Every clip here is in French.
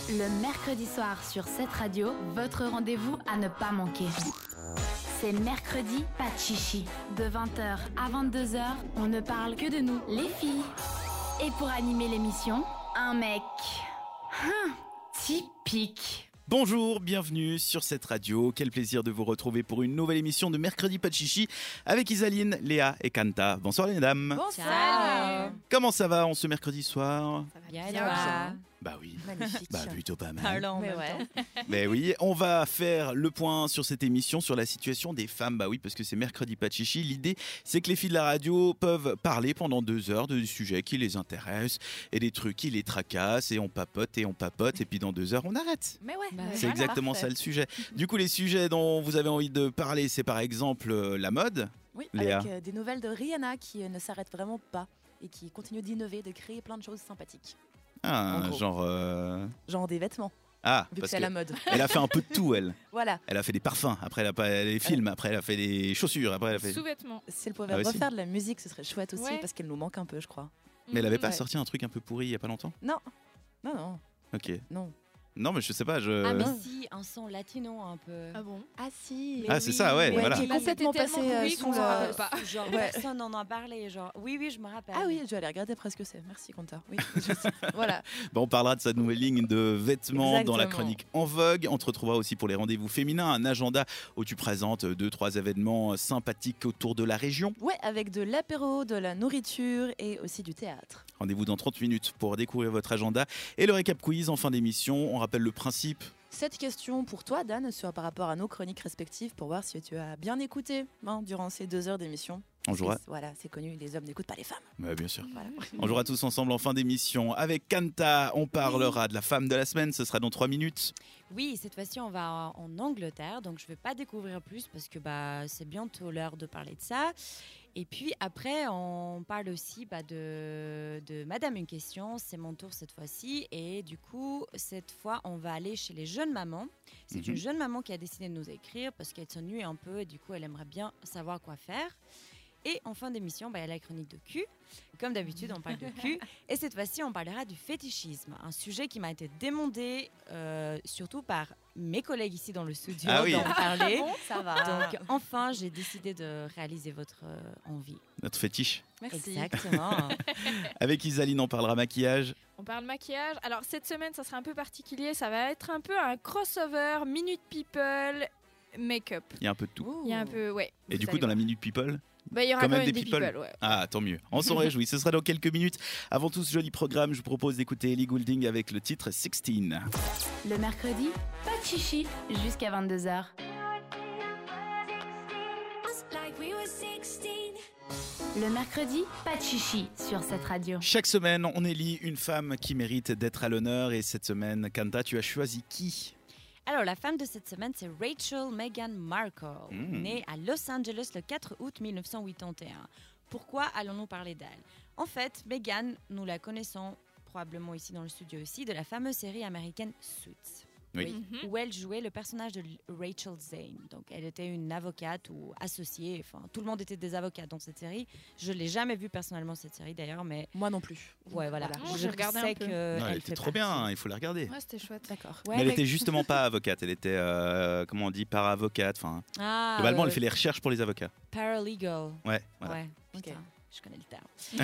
Le mercredi soir sur cette radio, votre rendez-vous à ne pas manquer. C'est mercredi, pas de chichi. De 20h à 22h, on ne parle que de nous, les filles. Et pour animer l'émission, un mec. Typique. Bonjour, bienvenue sur cette radio. Quel plaisir de vous retrouver pour une nouvelle émission de Mercredi Pas de Chichi avec Isaline, Léa et Kanta. Bonsoir les dames. Bonsoir. Comment ça va en ce mercredi soir? Ça va bien. Bah oui. Magnifique. Bah plutôt pas mal. Parlant mais ouais. Mais oui, on va faire le point sur cette émission, sur la situation des femmes. Bah oui, parce que c'est Mercredi Pas de Chichi. L'idée, c'est que les filles de la radio peuvent parler pendant 2 heures de sujets qui les intéressent et des trucs qui les tracassent et on papote et puis dans 2 heures, on arrête. Mais ouais. C'est exactement ça le sujet. Du coup, les sujets dont vous avez envie de parler, c'est par exemple la mode. Oui, Léa. avec des nouvelles de Rihanna qui ne s'arrête vraiment pas et qui continue d'innover, de créer plein de choses sympathiques. Ah, En gros. Genre des vêtements, Ah, vu que parce c'est à la mode. elle a fait un peu de tout, elle. Voilà, Elle a fait des parfums, après elle a fait des films, après elle a fait des chaussures, après elle a fait... Sous-vêtements. si elle pouvait Ah, aussi. refaire de la musique, ce serait chouette aussi, Ouais. parce qu'elle nous manque un peu, je crois. Mais elle avait pas Ouais. sorti un truc un peu pourri il y a pas longtemps? Non, non, Ok. non. Non, mais je sais pas, Ah mais Non. si, un son latino un peu. Ah bon? Ah si. Ah, c'est ça, ouais, voilà. Qui est Là, complètement c'était passé tellement pourri sous qu'on s'en rappelle le... pas. Genre Ouais. personne n'en a parlé, genre oui je me rappelle. Ah oui, je vais aller regarder après ce que c'est. Merci, Quentin. Oui, voilà. Bon, on parlera de sa nouvelle ligne de vêtements dans la Exactement. chronique En Vogue. On te retrouvera aussi pour les rendez-vous féminins, un agenda où tu présentes 2-3 événements sympathiques autour de la région. Ouais, avec de l'apéro, de la nourriture et aussi du théâtre. Rendez-vous dans 30 minutes pour découvrir votre agenda et le récap quiz en fin d'émission. On rappelle le principe. Cette question pour toi, Dan, soit par rapport à nos chroniques respectives pour voir si tu as bien écouté durant ces 2 heures d'émission. On jouera. Parce que, voilà, c'est connu, les hommes n'écoutent pas les femmes. Ouais, bien sûr. Voilà. On jouera tous ensemble en fin d'émission. Avec Kanta, on parlera de la femme de la semaine. Ce sera dans 3 minutes. Oui, cette fois-ci on va en Angleterre, donc je vais pas découvrir plus parce que c'est bientôt l'heure de parler de ça. Et puis après on parle aussi de Madame une question, c'est mon tour cette fois-ci et du coup cette fois on va aller chez les jeunes mamans. C'est une jeune maman qui a décidé de nous écrire parce qu'elle s'ennuie un peu et du coup elle aimerait bien savoir quoi faire. Et en fin d'émission, il y a la chronique de cul. Comme d'habitude, on parle de cul. Et cette fois-ci, on parlera du fétichisme. Un sujet qui m'a été demandé surtout par mes collègues ici dans le studio Ah oui. d'en parler. Ça va. Donc enfin, j'ai décidé de réaliser votre envie. Notre fétiche. Merci. Exactement. Avec Isaline, on parlera maquillage. On parle maquillage. Alors cette semaine, ça sera un peu particulier. Ça va être un peu un crossover Minute People make-up. Il y a un peu de tout. Ouh. Il y a un peu, ouais. Et du coup, dans la Minute People, Il y aura quand quand même même des des people. people, ouais. ah, tant mieux. On s'en réjouit. Ce sera dans quelques minutes. Avant tout ce joli programme, je vous propose d'écouter Ellie Goulding avec le titre 16. Le mercredi, pas de chichi jusqu'à 22h. Le mercredi, pas de chichi sur cette radio. Chaque semaine, on élit une femme qui mérite d'être à l'honneur. Et cette semaine, Kanta, tu as choisi qui? Alors, la femme de cette semaine, c'est Rachel Meghan Markle, née à Los Angeles le 4 août 1981. Pourquoi allons-nous parler d'elle? En fait, Meghan, nous la connaissons probablement ici dans le studio aussi, de la fameuse série américaine Suits. Oui. Où elle jouait le personnage de Rachel Zane. Donc, elle était une avocate ou associée. Enfin, tout le monde était des avocats dans cette série. Je l'ai jamais vue personnellement cette série d'ailleurs, mais Moi non plus. ouais, voilà. Oh, Je j'ai regardé un sais peu. que Non, elle elle était fait trop partie. bien, il faut la regarder. Ouais, c'était chouette. D'accord. Ouais, mais elle était justement pas avocate, elle était, comment on dit, para-avocate. Enfin, Ah, globalement, elle fait les recherches pour les avocats. paralegal. Ouais, voilà. Ouais, putain, Ok. je connais le terme.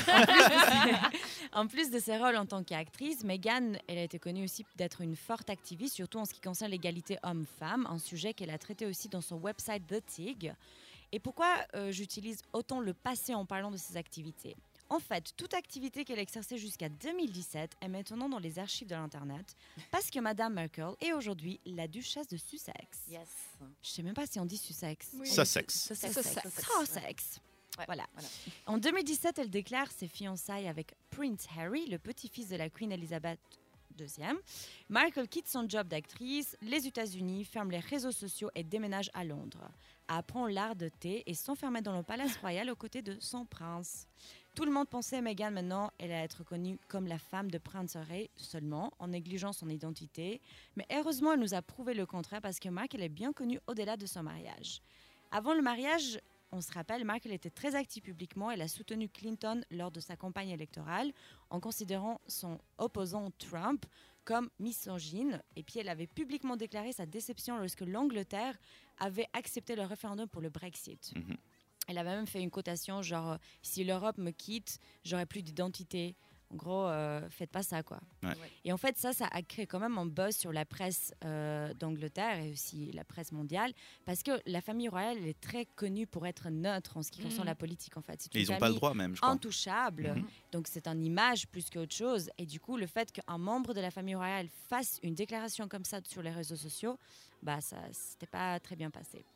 En plus de ses rôles en tant qu'actrice, Meghan, elle a été connue aussi d'être une forte activiste, surtout en ce qui concerne l'égalité homme-femme, un sujet qu'elle a traité aussi dans son website The Tig. Et pourquoi j'utilise autant le passé en parlant de ses activités? En fait, toute activité qu'elle exerçait jusqu'à 2017 est maintenant dans les archives de l'Internet parce que Madame Merkel est aujourd'hui la duchesse de Sussex. Yes. Je sais même pas si on dit Sussex. Oui. Sussex. Sussex. Ouais, Voilà. voilà. En 2017, elle déclare ses fiançailles avec Prince Harry, le petit-fils de la Queen Elizabeth II. Markle quitte son job d'actrice, les États-Unis, ferme les réseaux sociaux et déménage à Londres. Apprend l'art de thé et s'enferme dans le palace royal aux côtés de son prince. Tout le monde pensait Meghan maintenant, elle allait être connue comme la femme de Prince Harry seulement, en négligeant son identité. Mais heureusement, elle nous a prouvé le contraire parce que Markle est bien connue au-delà de son mariage. Avant le mariage, on se rappelle, Markle était très active publiquement. Elle a soutenu Clinton lors de sa campagne électorale en considérant son opposant Trump comme misogyne. Et puis, elle avait publiquement déclaré sa déception lorsque l'Angleterre avait accepté le référendum pour le Brexit. Mhm. Elle avait même fait une cotation genre « Si l'Europe me quitte, j'aurai plus d'identité ». En gros, faites pas ça, quoi. Ouais. Et en fait, ça a créé quand même un buzz sur la presse d'Angleterre et aussi la presse mondiale, parce que la famille royale elle est très connue pour être neutre en ce qui concerne la politique, en fait. C'est Et une ils n'ont pas le famille droit même, je crois. intouchable, Mhm. donc c'est une image plus qu'autre chose. Et du coup, le fait qu'un membre de la famille royale fasse une déclaration comme ça sur les réseaux sociaux, bah ça, c'était pas très bien passé.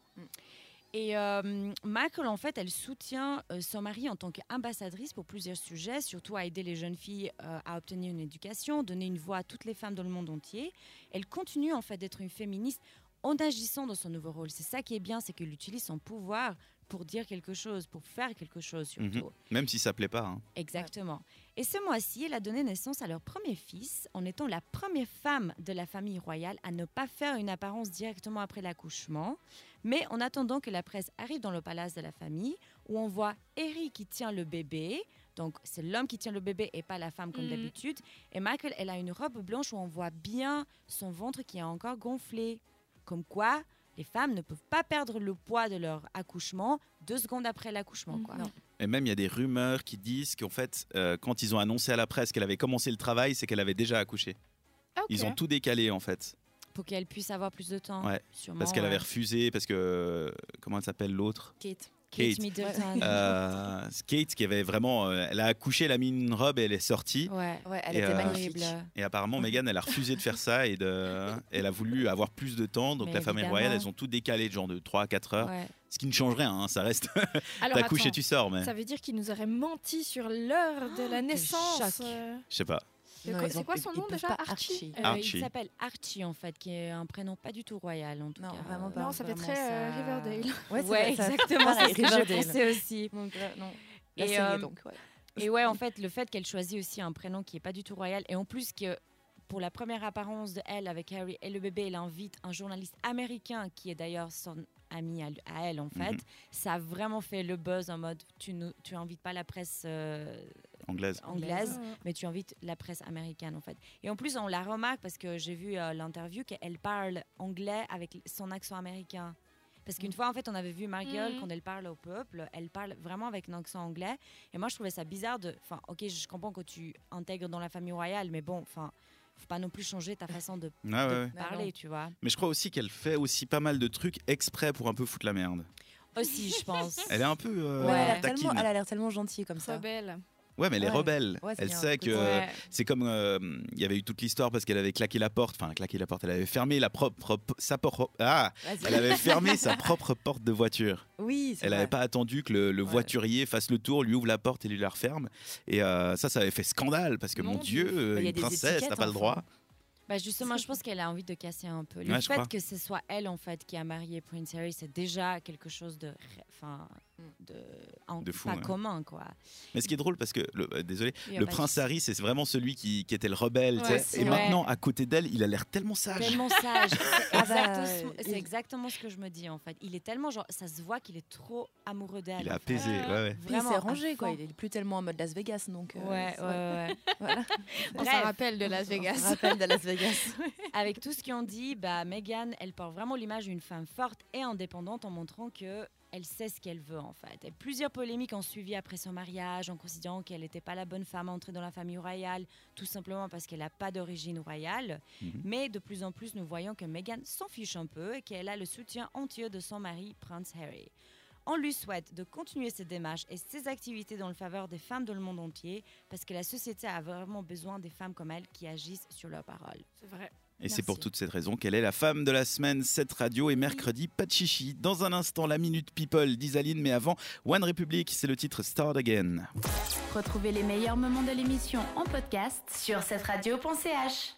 Et Markle, en fait, elle soutient son mari en tant qu'ambassadrice pour plusieurs sujets, surtout à aider les jeunes filles à obtenir une éducation, donner une voix à toutes les femmes dans le monde entier. Elle continue, en fait, d'être une féministe en agissant dans son nouveau rôle. C'est ça qui est bien, c'est qu'elle utilise son pouvoir pour dire quelque chose, pour faire quelque chose, surtout. Mhm. Même si ça plaît pas. Hein. Exactement. Et ce mois-ci, elle a donné naissance à leur premier fils en étant la première femme de la famille royale à ne pas faire une apparence directement après l'accouchement. Mais en attendant que la presse arrive dans le palace de la famille, où on voit Harry qui tient le bébé, donc c'est l'homme qui tient le bébé et pas la femme comme d'habitude. Et Michael, elle a une robe blanche où on voit bien son ventre qui est encore gonflé. Comme quoi, les femmes ne peuvent pas perdre le poids de leur accouchement 2 secondes après l'accouchement, quoi. Non. Et même, il y a des rumeurs qui disent qu'en fait, quand ils ont annoncé à la presse qu'elle avait commencé le travail, c'est qu'elle avait déjà accouché. Ah, ok. Ils ont tout décalé, en fait. Pour qu'elle puisse avoir plus de temps. Ouais, sûrement, Parce qu'elle avait ouais. refusé, parce que... comment elle s'appelle l'autre Kate. Kate. Middleton. Kate, qui avait vraiment... elle a accouché, elle a mis une robe et elle est sortie. Ouais. Ouais, elle Et, était magnifique. magnifique. Et apparemment, Meghan, elle a refusé de faire ça et elle a voulu avoir plus de temps. Donc Mais la famille évidemment. royale, elles ont tout décalé, genre de 3 à 4 heures. Ouais. Ce qui ne change rien, hein, ça reste... Alors, T'accouches et attends, tu sors, mais... ça veut dire qu'ils nous auraient menti sur l'heure de la naissance. choc. Je sais pas. C'est Non, quoi- ils c'est ont- quoi son ils nom peuvent déjà pas Archie. Archie. Il s'appelle Archie, en fait, qui est un prénom pas du tout royal, en tout Non, cas. vraiment pas. Non, ça fait Vraiment, très ça- Riverdale. Ouais, ça- exactement, c'est pareil, ce que je Riverdale. pensais aussi. Donc, non. La Et, série, donc, ouais. Et ouais, en fait, le fait qu'elle choisit aussi un prénom qui est pas du tout royal, et en plus que pour la première apparence de elle avec Harry et le bébé, elle invite un journaliste américain qui est d'ailleurs son ami à elle, en fait. Mhm. Ça a vraiment fait le buzz en mode tu invites pas la presse Anglaise. anglaise, Ah. mais tu invites la presse américaine, en fait. Et en plus, on la remarque parce que j'ai vu l'interview qu'elle parle anglais avec son accent américain. Parce qu'une fois, en fait, on avait vu Markle, quand elle parle au peuple, elle parle vraiment avec un accent anglais. Et moi, je trouvais ça bizarre de... Enfin, ok, je comprends que tu intègres dans la famille royale, mais bon, enfin, faut pas non plus changer ta façon de, Ouais, ouais, ouais. parler, non. tu vois. Mais je crois aussi qu'elle fait aussi pas mal de trucs exprès pour un peu foutre la merde. Aussi, je pense. Elle est un peu Ouais, taquine. elle a l'air tellement gentille comme ça. Rebelle. Ouais, mais elle est Ouais. rebelle. Ouais, c'est Elle bien. sait que Ouais. c'est comme il y avait eu toute l'histoire parce qu'elle avait claqué la porte. Enfin, claqué la porte. Elle avait fermé elle avait fermé sa propre porte de voiture. Oui, c'est Elle vrai. n'avait pas attendu que le Ouais. voiturier fasse le tour, lui ouvre la porte et lui la referme. Et ça avait fait scandale parce que Mon mon Dieu, Bah, il y a une des princesse, étiquettes, t'as pas le enfin. droit. Bah justement, je pense qu'elle a envie de casser un peu. Le Ouais, je fait crois. que ce soit elle, en fait, qui a marié Prince Harry, c'est déjà quelque chose de... Enfin, De fou, pas ouais. commun, quoi. Mais ce qui est drôle parce que, désolé, Il y a le pas de prince souci. Harry, c'est vraiment celui qui était le rebelle. tu Ouais, sais. c'est Et vrai. maintenant, à côté d'elle, il a l'air tellement sage. Tellement sage. Ah bah, C'est il- exactement ce que je me dis, en fait. Il est tellement, genre, ça se voit qu'il est trop amoureux d'elle. Il est en fait. apaisé. Ouais, ouais. Puis il Vraiment s'est à rangé, quoi. fond. Il est plus tellement en mode Las Vegas, donc. Ouais, c'est- ouais. Voilà. On Bref. s'en rappelle de Las On se Vegas. rappelle de Las Vegas. Avec tout ce qu'on dit, bah, Meghan, elle porte vraiment l'image d'une femme forte et indépendante en montrant que elle sait ce qu'elle veut, en fait. Et plusieurs polémiques ont suivi après son mariage en considérant qu'elle n'était pas la bonne femme à entrer dans la famille royale, tout simplement parce qu'elle n'a pas d'origine royale. Mais de plus en plus, nous voyons que Meghan s'en fiche un peu et qu'elle a le soutien entier de son mari, Prince Harry. On lui souhaite de continuer ses démarches et ses activités dans le faveur des femmes dans le monde entier parce que la société a vraiment besoin des femmes comme elle qui agissent sur leurs paroles. C'est vrai. Et c'est pour Merci. toute cette raison qu'elle est la femme de la semaine, cette radio, et mercredi, pas de chichi. Dans un instant, la Minute People d'Isaline, mais avant, One Republic, c'est le titre Start Again. Retrouvez les meilleurs moments de l'émission en podcast sur cetteradio.ch.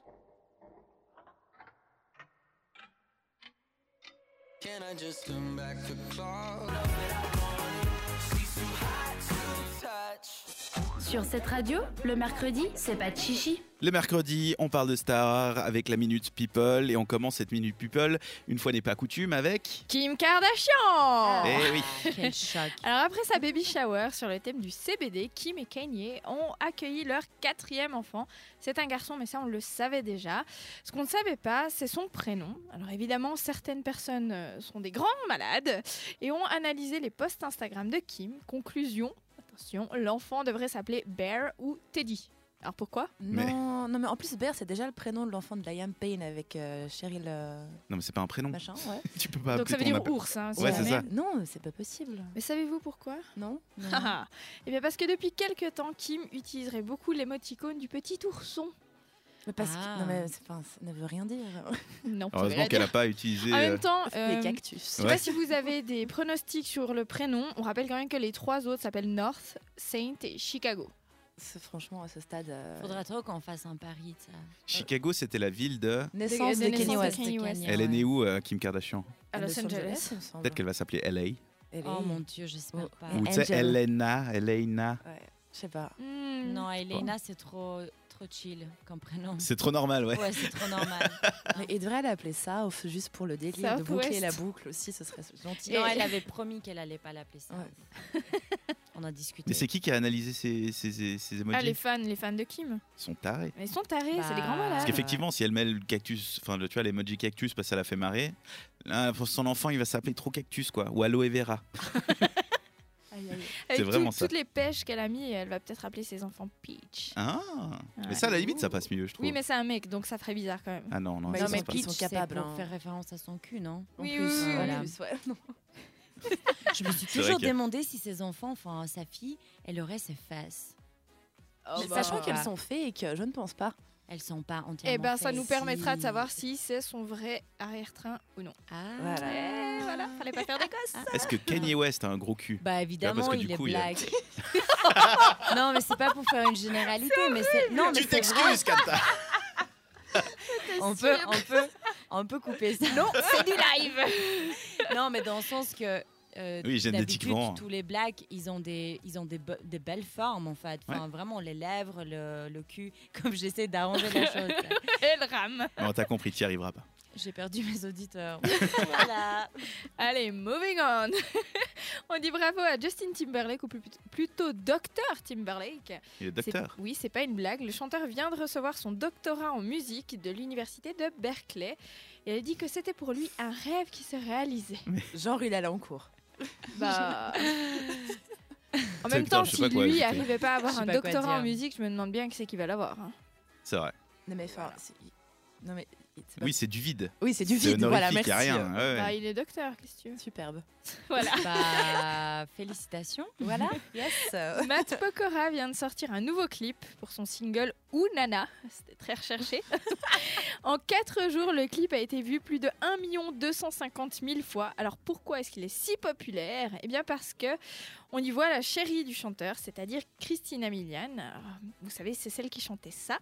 Can I just turn back the clock? She's too hot to touch. Sur cette radio, le mercredi, c'est pas de chichi. Le mercredi, on parle de stars avec la Minute People et on commence cette Minute People, une fois n'est pas coutume, avec... Kim Kardashian. Eh oui. Quel choc. Alors après sa baby shower sur le thème du CBD, Kim et Kanye ont accueilli leur 4e enfant. C'est un garçon, mais ça on le savait déjà. Ce qu'on ne savait pas, c'est son prénom. Alors évidemment, certaines personnes sont des grands malades et ont analysé les posts Instagram de Kim. Conclusion, attention, l'enfant devrait s'appeler Bear ou Teddy. Alors pourquoi ? Non, mais en plus, Bear, c'est déjà le prénom de l'enfant de Liam Payne avec Cheryl Non mais c'est pas un prénom. machin. Ouais. Tu peux pas Donc ça veut appeler ton dire ours. Hein, si Ouais, c'est jamais. ça. Non, c'est pas possible. Mais savez-vous pourquoi ? Non. Eh bien parce que depuis quelques temps, Kim utiliserait beaucoup l'émoticône du petit ourson. Mais parce Ah. que non, mais ça ne veut rien dire. Non, ça veut Heureusement rien qu'elle dire. a pas utilisé... En même temps, Les cactus. je sais Ouais. pas si vous avez des pronostics sur le prénom. On rappelle quand même que les 3 autres s'appellent North, Saint et Chicago. Franchement, à ce stade. Faudrait trop qu'on fasse un pari de ça. Chicago, c'était la ville de... Naissance de de Kanye naissance de West. Kanye West. Elle est née où, Kim Kardashian? À Los Angeles. il me semble. Peut-être qu'elle va s'appeler LA. Elle Oh est- mon Dieu, j'espère Oh. pas. Ou tu sais, Angel. Elena. Ouais, je sais pas. Hmm. Non, Elena, c'est trop chill comme prénom. C'est trop normal, ouais. Ouais, c'est trop normal. Mais il devrait l'appeler ça, juste pour le délire, de Southwest. boucler la boucle aussi, ce serait gentil. Non, elle avait promis qu'elle allait pas l'appeler ça. Ouais. On a discuté. Mais c'est qui a analysé ces emojis? Ah, les fans de Kim. Ils sont tarés. Mais ils sont tarés, c'est des Bah, grands malades. Parce qu'effectivement, si elle met le cactus, enfin, tu vois, l'emoji cactus, parce que ça la fait marrer, là, pour son enfant, il va s'appeler trop cactus, quoi. Ou aloe vera. Avec vraiment ça. toutes les pêches qu'elle a mis, elle va peut-être appeler ses enfants Peach. Ah. Ouais. Mais ça, à la limite, ça passe mieux, je trouve. Oui, mais c'est un mec, donc ça ferait bizarre quand même. Ah non, non. Mais ça ils Non, mais passe pas. Ils sont Peach, c'est capables, pour hein. faire référence à son cul, non En Oui, plus, oui, oui, voilà. en plus, ouais. Non. Je me suis C'est vrai toujours que- demandé si ses enfants, enfin sa fille, elle aurait ses fesses. Mais bah. sachant qu'elles sont fake, je ne pense pas. Elles sont pas entièrement Eh ben, ça faites. nous permettra de savoir si c'est son vrai arrière-train ou non. Ah. Voilà. Eh, voilà, fallait pas faire des gosses. Est-ce que Kanye West a un gros cul? Bah évidemment, parce que du il est coup, il y a- black. Non, mais c'est pas pour faire une généralité, mais c'est non, mais Tu c'est vrai. t'excuses, Kanta. On peut couper ça. Non, c'est du live. Non, mais dans le sens que Oui, génétiquement. d'habitude, tous les blacks, ils ont des belles formes en fait. Enfin, vraiment les lèvres, le cul. Comme j'essaie d'arranger la chose. Elle rame. Bon, t'as compris, t'y arriveras pas. J'ai perdu mes auditeurs. Voilà. Allez, moving on. On dit bravo à Justin Timberlake, ou plutôt Dr Timberlake. Il est docteur. Oui, c'est pas une blague. Le chanteur vient de recevoir son doctorat en musique de l'université de Berkeley. Et elle dit que c'était pour lui un rêve qui se réalisait. Genre, il allait en cours. Bah. En C'est même temps, je sais si pas quoi lui ajouter. arrivait pas à avoir Je sais un pas quoi doctorat en dire. musique, je me demande bien qui c'est qui va l'avoir. Hein. C'est vrai. Non, mais enfin. Non, mais. c'est pas- Oui, c'est du vide. Oui, c'est du C'est vide. Voilà, honorifique, merci. y a rien. Ouais, Bah, ouais. il est docteur, qu'est-ce que tu veux. Superbe. Voilà. Bah, félicitations. Voilà. Yes. Matt Pokora vient de sortir un nouveau clip pour son single Ou Nana. C'était très recherché. En 4 jours, le clip a été vu plus de 1 250 000 fois. Alors pourquoi est-ce qu'il est si populaire ? Eh bien parce que on y voit la chérie du chanteur, c'est-à-dire Christina Milian. Alors, vous savez, c'est celle qui chantait ça.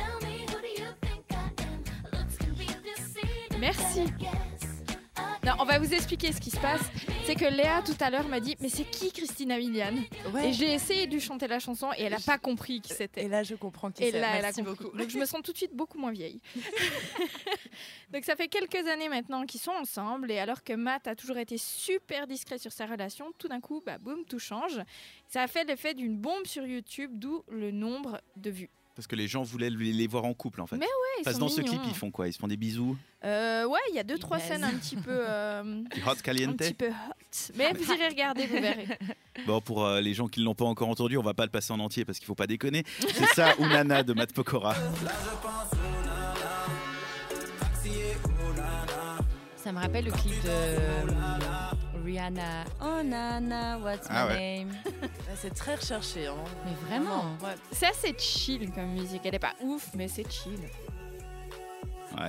Merci. Non, on va vous expliquer ce qui se passe. C'est que Léa, tout à l'heure, m'a dit « Mais c'est qui Christina Milian ?» Ouais. Et j'ai essayé de lui chanter la chanson et elle n'a pas compris qui Et c'était. là, je comprends qui Et c'est. là, elle a Merci compris. beaucoup. Donc je me sens tout de suite beaucoup moins vieille. Donc ça fait quelques années maintenant qu'ils sont ensemble et alors que Matt a toujours été super discret sur sa relation, tout d'un coup, bah, boum, tout change. Ça a fait l'effet d'une bombe sur YouTube, d'où le nombre de vues. Parce que les gens voulaient les voir en couple, en fait. Mais Ils Parce que sont dans ce mignons. clip, ils font quoi? Ils se font des bisous? Ouais, il y a 2-3 Ils scènes baisent. un petit peu... Du hot un caliente? petit peu hot. Mais vous irez regarder, vous verrez. Bon, pour les gens qui ne l'ont pas encore entendu, on va pas le passer en entier parce qu'il faut pas déconner. C'est ça, ou Nana de Matt Pokora. Ça me rappelle le clip de Rihanna. Oh Nana, what's Ah my ouais. name? Ouais, c'est très recherché. Hein. Mais vraiment. Ouais. C'est assez chill comme musique. Elle est pas ouf, mais c'est chill. Ouais.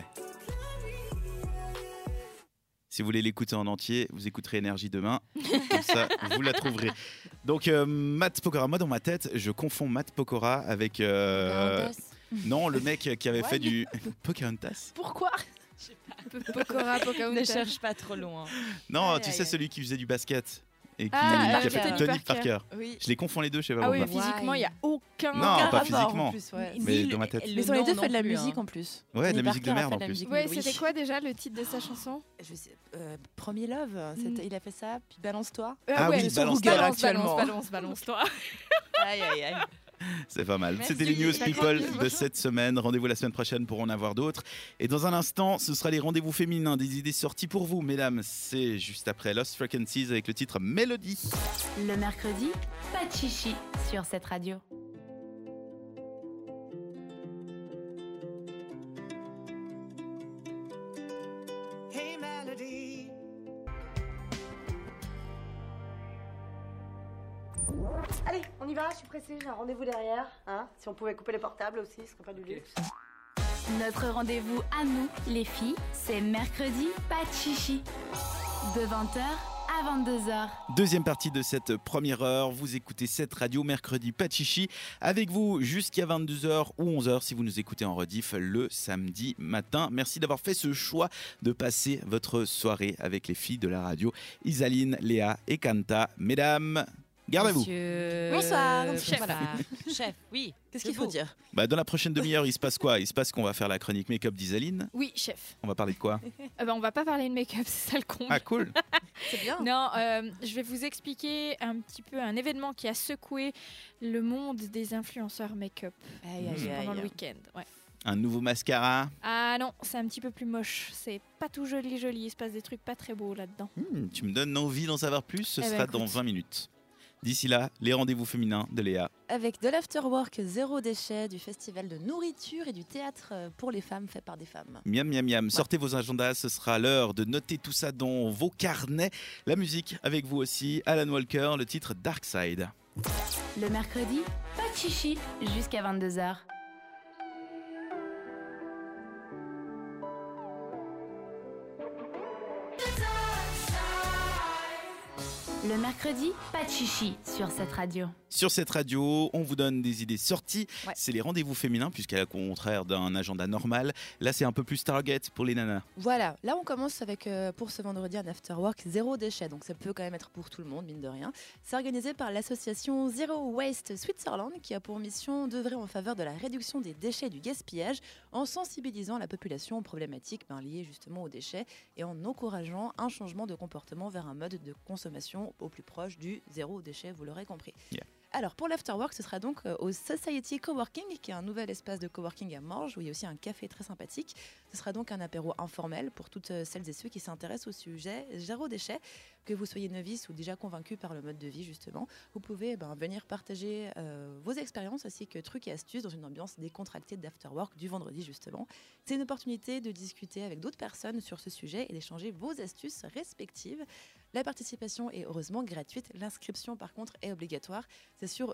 Si vous voulez l'écouter en entier, vous écouterez Énergie demain. Comme ça, vous la trouverez. Donc, Matt Pokora, moi dans ma tête, je confonds Matt Pokora avec. Pocahontas. Non, le mec qui avait Ouais. fait du. Pocahontas? Pourquoi? Pokora, Ne Pocahontas. cherche pas trop loin. Non, Aïe, tu aïe, sais, aïe. celui qui faisait du basket. et qui Ah, a fait Tony Tony Parker. Oui. Je les confonds les deux, je sais pas Ah oui, pourquoi. physiquement, il n'y a aucun. Non, Aucun pas rapport, physiquement. en plus, ouais. Mais Ni dans ma le- tête. le Mais ils ont les deux nom fait de la non plus, musique hein. en plus. Ouais, de la Tony musique de Parker a merde fait en de la plus. musique Ouais, de Louis. c'était quoi déjà le titre de sa chanson? Je sais, Premier Love, il a fait ça, puis Balance-toi. Ah oui, c'est sur Balance-toi. Google balance, actuellement. balance-toi. Aïe, aïe, aïe. C'est pas mal. Merci. C'était les news Bah, people tranquille, de cette semaine. Rendez-vous la semaine prochaine pour en avoir d'autres. Et dans un instant, ce sera les rendez-vous féminins, des idées sorties pour vous, mesdames. C'est juste après Lost Frequencies avec le titre Melody. Le mercredi, pas de chichi sur cette radio. Hey Melody. Allez, on y va, je suis pressée, j'ai un rendez-vous derrière. Hein, si on pouvait couper les portables aussi, ce serait pas du luxe. Notre rendez-vous à nous, les filles, c'est mercredi, pas de chichi. De 20h à 22h. Deuxième partie de cette première heure. Vous écoutez cette radio mercredi pas de chichi avec vous jusqu'à 22h ou 11h si vous nous écoutez en rediff le samedi matin. Merci d'avoir fait ce choix de passer votre soirée avec les filles de la radio Isaline, Léa et Kanta. Mesdames, garde à vous. Monsieur... Bonsoir. Chef. Voilà. Chef, oui. Qu'est-ce qu'il faut dire? Dans la prochaine demi-heure, il se passe quoi? Il se passe qu'on va faire la chronique make-up d'Isaline. Oui, chef. On va parler de quoi? On va pas parler de make-up, c'est ça le con. Ah cool. C'est bien. Non, je vais vous expliquer un petit peu un événement qui a secoué le monde des influenceurs make-up Aïe, aïe, pendant aïe. le week-end. Ouais. Un nouveau mascara. Ah non, c'est un petit peu plus moche. C'est pas tout joli. Il se passe des trucs pas très beaux là-dedans. Tu me donnes envie d'en savoir plus. Ce Eh ben, sera écoute. dans 20 minutes. D'ici là, les rendez-vous féminins de Léa. Avec de l'afterwork zéro déchet, du festival de nourriture et du théâtre pour les femmes fait par des femmes. Miam, miam, miam. Sortez vos agendas, ce sera l'heure de noter tout ça dans vos carnets. La musique avec vous aussi, Alan Walker, le titre Dark Side. Le mercredi, pas de chichi jusqu'à 22h. Le mercredi, pas de chichi sur cette radio. Sur cette radio, on vous donne des idées sorties. Ouais. C'est les rendez-vous féminins, puisqu'à contraire d'un agenda normal, là c'est un peu plus target pour les nanas. Voilà, là on commence avec pour ce vendredi un afterwork zéro déchet, donc ça peut quand même être pour tout le monde, mine de rien. C'est organisé par l'association Zero Waste Switzerland qui a pour mission d'œuvrer en faveur de la réduction des déchets et du gaspillage en sensibilisant la population aux problématiques liées justement aux déchets et en encourageant un changement de comportement vers un mode de consommation au plus proche du zéro déchet, vous l'aurez compris. Yeah. Alors pour l'afterwork, ce sera donc au Society Coworking, qui est un nouvel espace de coworking à Morges, où il y a aussi un café très sympathique. Ce sera donc un apéro informel pour toutes celles et ceux qui s'intéressent au sujet zéro déchet, que vous soyez novice ou déjà convaincu par le mode de vie justement. Vous pouvez venir partager vos expériences ainsi que trucs et astuces dans une ambiance décontractée d'afterwork du vendredi justement. C'est une opportunité de discuter avec d'autres personnes sur ce sujet et d'échanger vos astuces respectives. La participation est heureusement gratuite. L'inscription, par contre, est obligatoire. C'est sur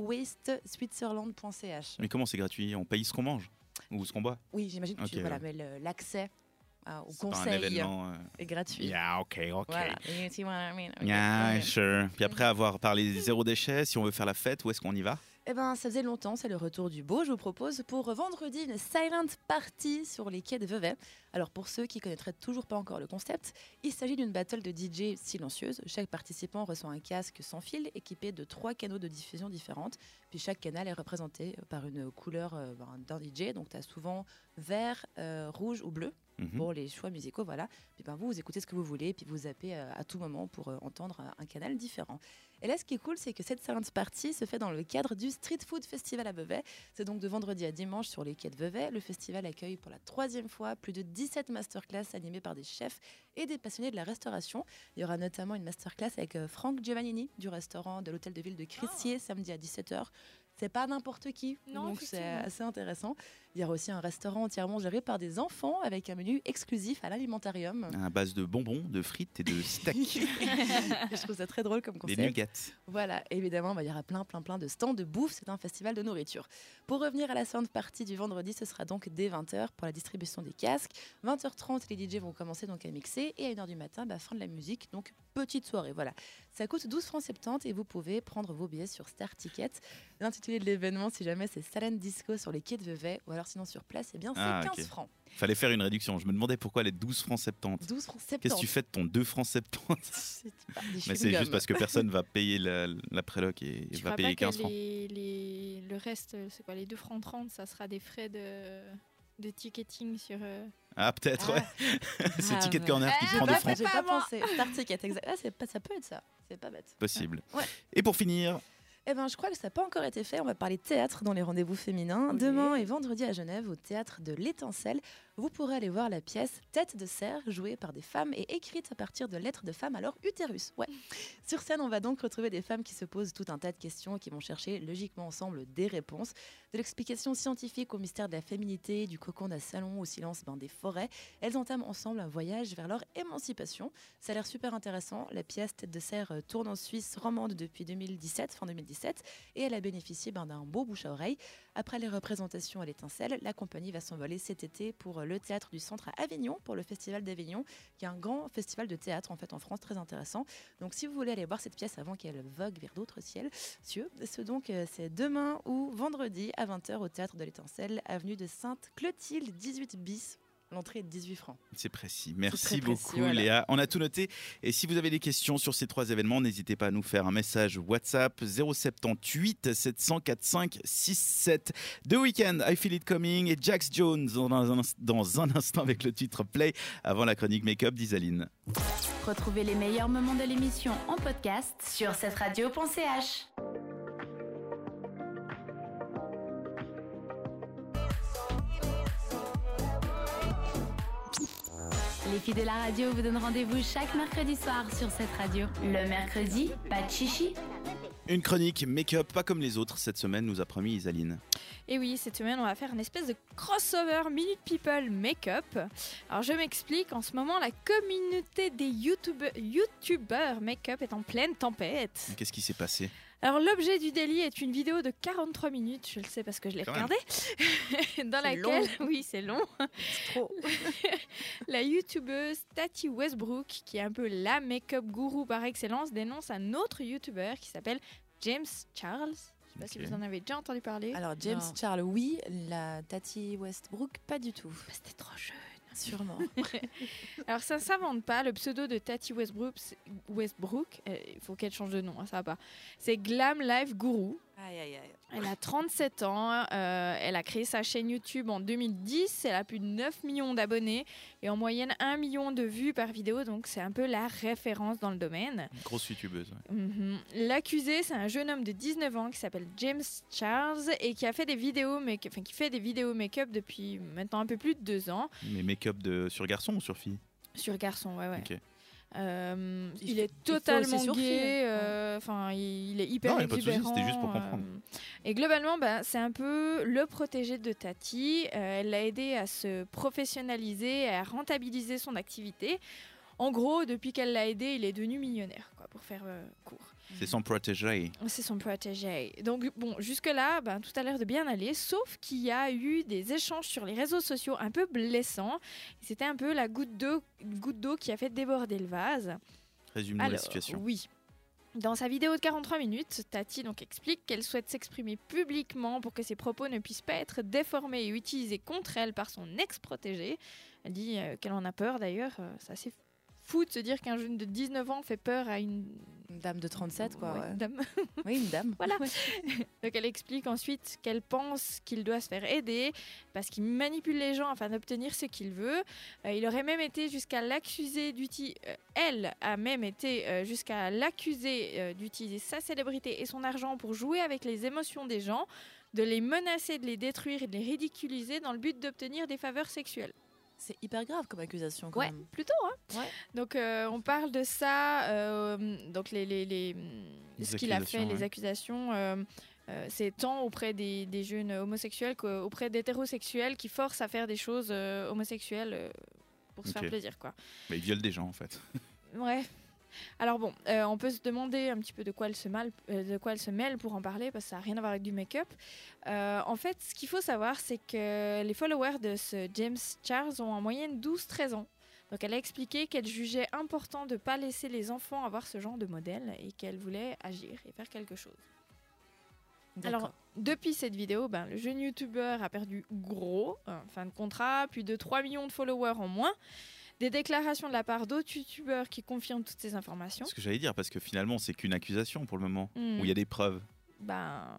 zerowasteswitzerland.ch. Mais comment c'est gratuit? On paye ce qu'on mange ou ce qu'on boit? Oui, j'imagine que Ok, voilà, ouais. mais l'accès au C'est pas un conseil événement. est gratuit. Yeah, ok. Voilà. You see what I mean? Okay. Yeah, sure. Puis après avoir parlé des zéro déchet, si on veut faire la fête, où est-ce qu'on y va? Eh ben, ça faisait longtemps, c'est le retour du beau. Je vous propose pour vendredi une silent party sur les quais de Vevey. Alors pour ceux qui connaîtraient toujours pas encore le concept, il s'agit d'une battle de DJ silencieuse. Chaque participant reçoit un casque sans fil équipé de 3 canaux de diffusion différentes. Puis chaque canal est représenté par une couleur d'un DJ. Donc tu as souvent vert, rouge ou bleu pour les choix musicaux. Voilà. Puis vous écoutez ce que vous voulez, puis vous zappez à tout moment pour entendre un canal différent. Et là, ce qui est cool, c'est que cette silent party se fait dans le cadre du Street Food Festival à Vevey. C'est donc de vendredi à dimanche sur les quais de Vevey. Le festival accueille pour la 3e fois plus de 17 masterclass animées par des chefs et des passionnés de la restauration. Il y aura notamment une masterclass avec Franck Giovannini du restaurant de l'hôtel de ville de Crissier samedi à 17h. C'est pas n'importe qui, Non, donc c'est effectivement. assez intéressant. Il y aura aussi un restaurant entièrement géré par des enfants avec un menu exclusif à l'alimentarium. À base de bonbons, de frites et de steaks. Je trouve ça très drôle comme Des concept. nuggets. Voilà, évidemment, il y aura plein de stands de bouffe. C'est un festival de nourriture. Pour revenir à la sound party du vendredi, ce sera donc dès 20h pour la distribution des casques. 20h30, les DJ vont commencer donc à mixer. Et à 1h du matin, fin de la musique. Donc, petite soirée. Voilà. Ça coûte 12 francs 70 et vous pouvez prendre vos billets sur Star Ticket. L'intitulé de l'événement, si jamais, c'est Silent Disco sur les quais de Vevey. Ou alors sinon sur place, c'est 15 Ah, ok. francs. Fallait faire une réduction. Je me demandais pourquoi les 12 francs 70. 12 francs 70. Qu'est-ce que tu fais de ton 2 francs 70? C'est pas des Mais c'est chewing-gums. juste parce que personne va payer la préloc et Tu va crois payer pas 15 que francs. le reste, c'est quoi, les 2 francs 30, ça sera des frais de ticketing sur... Ah, peut-être, Ah. ouais. C'est Ah, Ticket ouais. Corner qui Ah, prend bah, 2 francs. J'ai Pas pas moi. pensé. Star Ticket, exact. Ah, ça peut être ça. C'est pas bête. Possible. Ouais. Et pour finir, Eh ben, je crois que ça n'a pas encore été fait. On va parler théâtre dans les rendez-vous féminins. Ok. Demain et vendredi à Genève, au théâtre de l'Étincelle, vous pourrez aller voir la pièce Tête de cerf, jouée par des femmes et écrite à partir de lettres de femmes à leur utérus. Ouais. Sur scène, on va donc retrouver des femmes qui se posent tout un tas de questions et qui vont chercher logiquement ensemble des réponses. De l'explication scientifique au mystère de la féminité, du cocon d'un salon au silence des forêts, elles entament ensemble un voyage vers leur émancipation. Ça a l'air super intéressant. La pièce Tête de cerf tourne en Suisse romande depuis 2017, fin 2017, et elle a bénéficié d'un beau bouche à oreille. Après les représentations à l'Étincelle, la compagnie va s'envoler cet été pour le théâtre du Centre à Avignon, pour le Festival d'Avignon, qui est un grand festival de théâtre en fait en France, très intéressant. Donc si vous voulez aller voir cette pièce avant qu'elle vogue vers d'autres cieux, c'est demain ou vendredi à 20h au théâtre de l'Étincelle, avenue de Sainte-Clotilde, 18 bis. L'entrée est de 18 francs. c'est précis. Merci très précis, beaucoup, voilà. Léa. On a tout noté. Et si vous avez des questions sur ces 3 événements, n'hésitez pas à nous faire un message WhatsApp 078 745 67. The Weeknd, I Feel It Coming et Jax Jones dans un instant avec le titre Play avant la chronique Make-up d'Isaline. Retrouvez les meilleurs moments de l'émission en podcast sur cetteradio.ch. Les filles de la radio vous donnent rendez-vous chaque mercredi soir sur cette radio. Le mercredi, pas de chichi. Une chronique Make-up pas comme les autres cette semaine, nous a promis Isaline. Et oui, cette semaine, on va faire une espèce de crossover Minute People Make-up. Alors, je m'explique. En ce moment, la communauté des YouTubeurs Make-up est en pleine tempête. Qu'est-ce qui s'est passé? Alors, l'objet du délit est une vidéo de 43 minutes, je le sais parce que je l'ai Quand regardée, dans C'est laquelle, oui, c'est long, C'est trop. la youtubeuse Tati Westbrook, qui est un peu la make-up gourou par excellence, dénonce un autre youtubeur qui s'appelle James Charles. Je sais pas si Ok. vous en avez déjà entendu parler. Alors James Non. Charles, oui. La Tati Westbrook, pas du tout. Bah, c'était trop jeune. Sûrement. Alors ça ne s'invente pas, le pseudo de Tati Westbrook, il faut qu'elle change de nom, hein, ça va pas. C'est Glam Life Guru. Aïe, aïe, aïe. Elle a 37 ans, elle a créé sa chaîne YouTube en 2010, elle a plus de 9 millions d'abonnés et en moyenne 1 million de vues par vidéo, donc c'est un peu la référence dans le domaine. Grosse youtubeuse. Ouais. Mhm. L'accusé, c'est un jeune homme de 19 ans qui s'appelle James Charles et qui a fait des vidéos qui fait des vidéos make-up depuis maintenant un peu plus de 2 ans. Mais make-up sur garçon ou sur fille? Sur garçon, ouais. Ok. Il est aussi totalement sur fille, gay, ouais. enfin il est hyper Non, y a pas de souci, exubérant. c'était juste pour comprendre. Et globalement, c'est un peu le protégé de Tati. Elle l'a aidé à se professionnaliser, à rentabiliser son activité. En gros, depuis qu'elle l'a aidé, il est devenu millionnaire, quoi, pour faire court. C'est son protégé. C'est son protégé. Donc bon, jusque-là, tout a l'air de bien aller, sauf qu'il y a eu des échanges sur les réseaux sociaux un peu blessants. C'était un peu la goutte d'eau qui a fait déborder le vase. Résume-nous la situation. Oui. Dans sa vidéo de 43 minutes, Tati donc explique qu'elle souhaite s'exprimer publiquement pour que ses propos ne puissent pas être déformés et utilisés contre elle par son ex-protégé. Elle dit qu'elle en a peur d'ailleurs. C'est assez fou de se dire qu'un jeune de 19 ans fait peur à une Une dame de 37, quoi. Ouais, ouais. une dame. Oui, une dame. Voilà. Donc elle explique ensuite qu'elle pense qu'il doit se faire aider parce qu'il manipule les gens afin d'obtenir ce qu'il veut. Il aurait même été jusqu'à l'accuser d'utiliser. Elle a même été jusqu'à l'accuser d'utiliser sa célébrité et son argent pour jouer avec les émotions des gens, de les menacer, de les détruire et de les ridiculiser dans le but d'obtenir des faveurs sexuelles. C'est hyper grave comme accusation, quand Ouais, même. plutôt. Hein. Ouais. Donc on parle de ça. Donc ce qu'il a fait, accusations, les ouais. accusations, c'est tant auprès des jeunes homosexuels qu'auprès d'hétérosexuels qui forcent à faire des choses homosexuelles pour se Ok. faire plaisir, quoi. Mais il viole des gens en fait. Ouais. Alors bon, on peut se demander un petit peu de quoi elle se mêle pour en parler, parce que ça n'a rien à voir avec du make-up. En fait, ce qu'il faut savoir, c'est que les followers de ce James Charles ont en moyenne 12-13 ans. Donc elle a expliqué qu'elle jugeait important de ne pas laisser les enfants avoir ce genre de modèle et qu'elle voulait agir et faire quelque chose. D'accord. Alors, Depuis cette vidéo, le jeune youtubeur a perdu gros, en fin de contrat, plus de 3 millions de followers en moins. Des déclarations de la part d'autres youtubeurs qui confirment toutes ces informations. C'est ce que j'allais dire, parce que finalement, c'est qu'une accusation pour le moment, Hmm. où il y a des preuves. A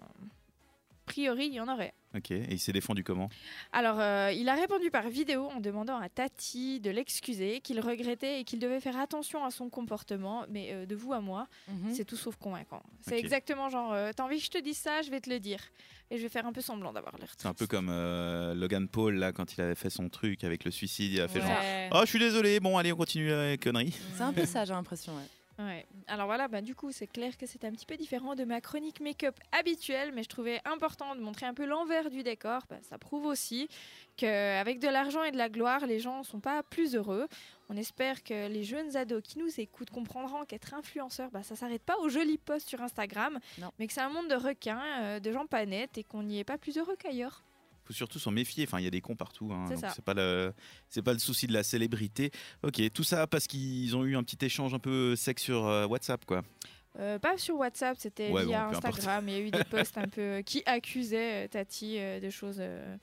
priori, il y en aurait. Ok, et il s'est défendu comment? Alors, il a répondu par vidéo en demandant à Tati de l'excuser, qu'il regrettait et qu'il devait faire attention à son comportement. Mais de vous à moi, c'est tout sauf convaincant. C'est Ok. exactement genre, t'as envie que je te dise ça, je vais te le dire. Et je vais faire un peu semblant d'avoir l'air C'est un peu triste. comme Logan Paul, là, quand il avait fait son truc avec le suicide, il a fait genre Ouais. « Oh, je suis désolé, bon, allez, on continue les conneries. C'est un peu ça, j'ai l'impression. Ouais. Ouais. Alors voilà, du coup, c'est clair que c'est un petit peu différent de ma chronique make-up habituelle, mais je trouvais important de montrer un peu l'envers du décor. Ça prouve aussi qu'avec de l'argent et de la gloire, les gens ne sont pas plus heureux. On espère que les jeunes ados qui nous écoutent comprendront qu'être influenceur, ça s'arrête pas aux jolis posts sur Instagram, Non. mais que c'est un monde de requins, de gens pas nets, et qu'on n'y est pas plus heureux qu'ailleurs. » Faut surtout s'en méfier, enfin, il y a des cons partout. Hein, C'est donc ça. c'est pas le souci de la célébrité. Ok, tout ça parce qu'ils ont eu un petit échange un peu sec sur WhatsApp, quoi. Pas sur WhatsApp, c'était Ouais, via bon, peu importe. Instagram. Il y a eu des posts un peu qui accusaient Tati de choses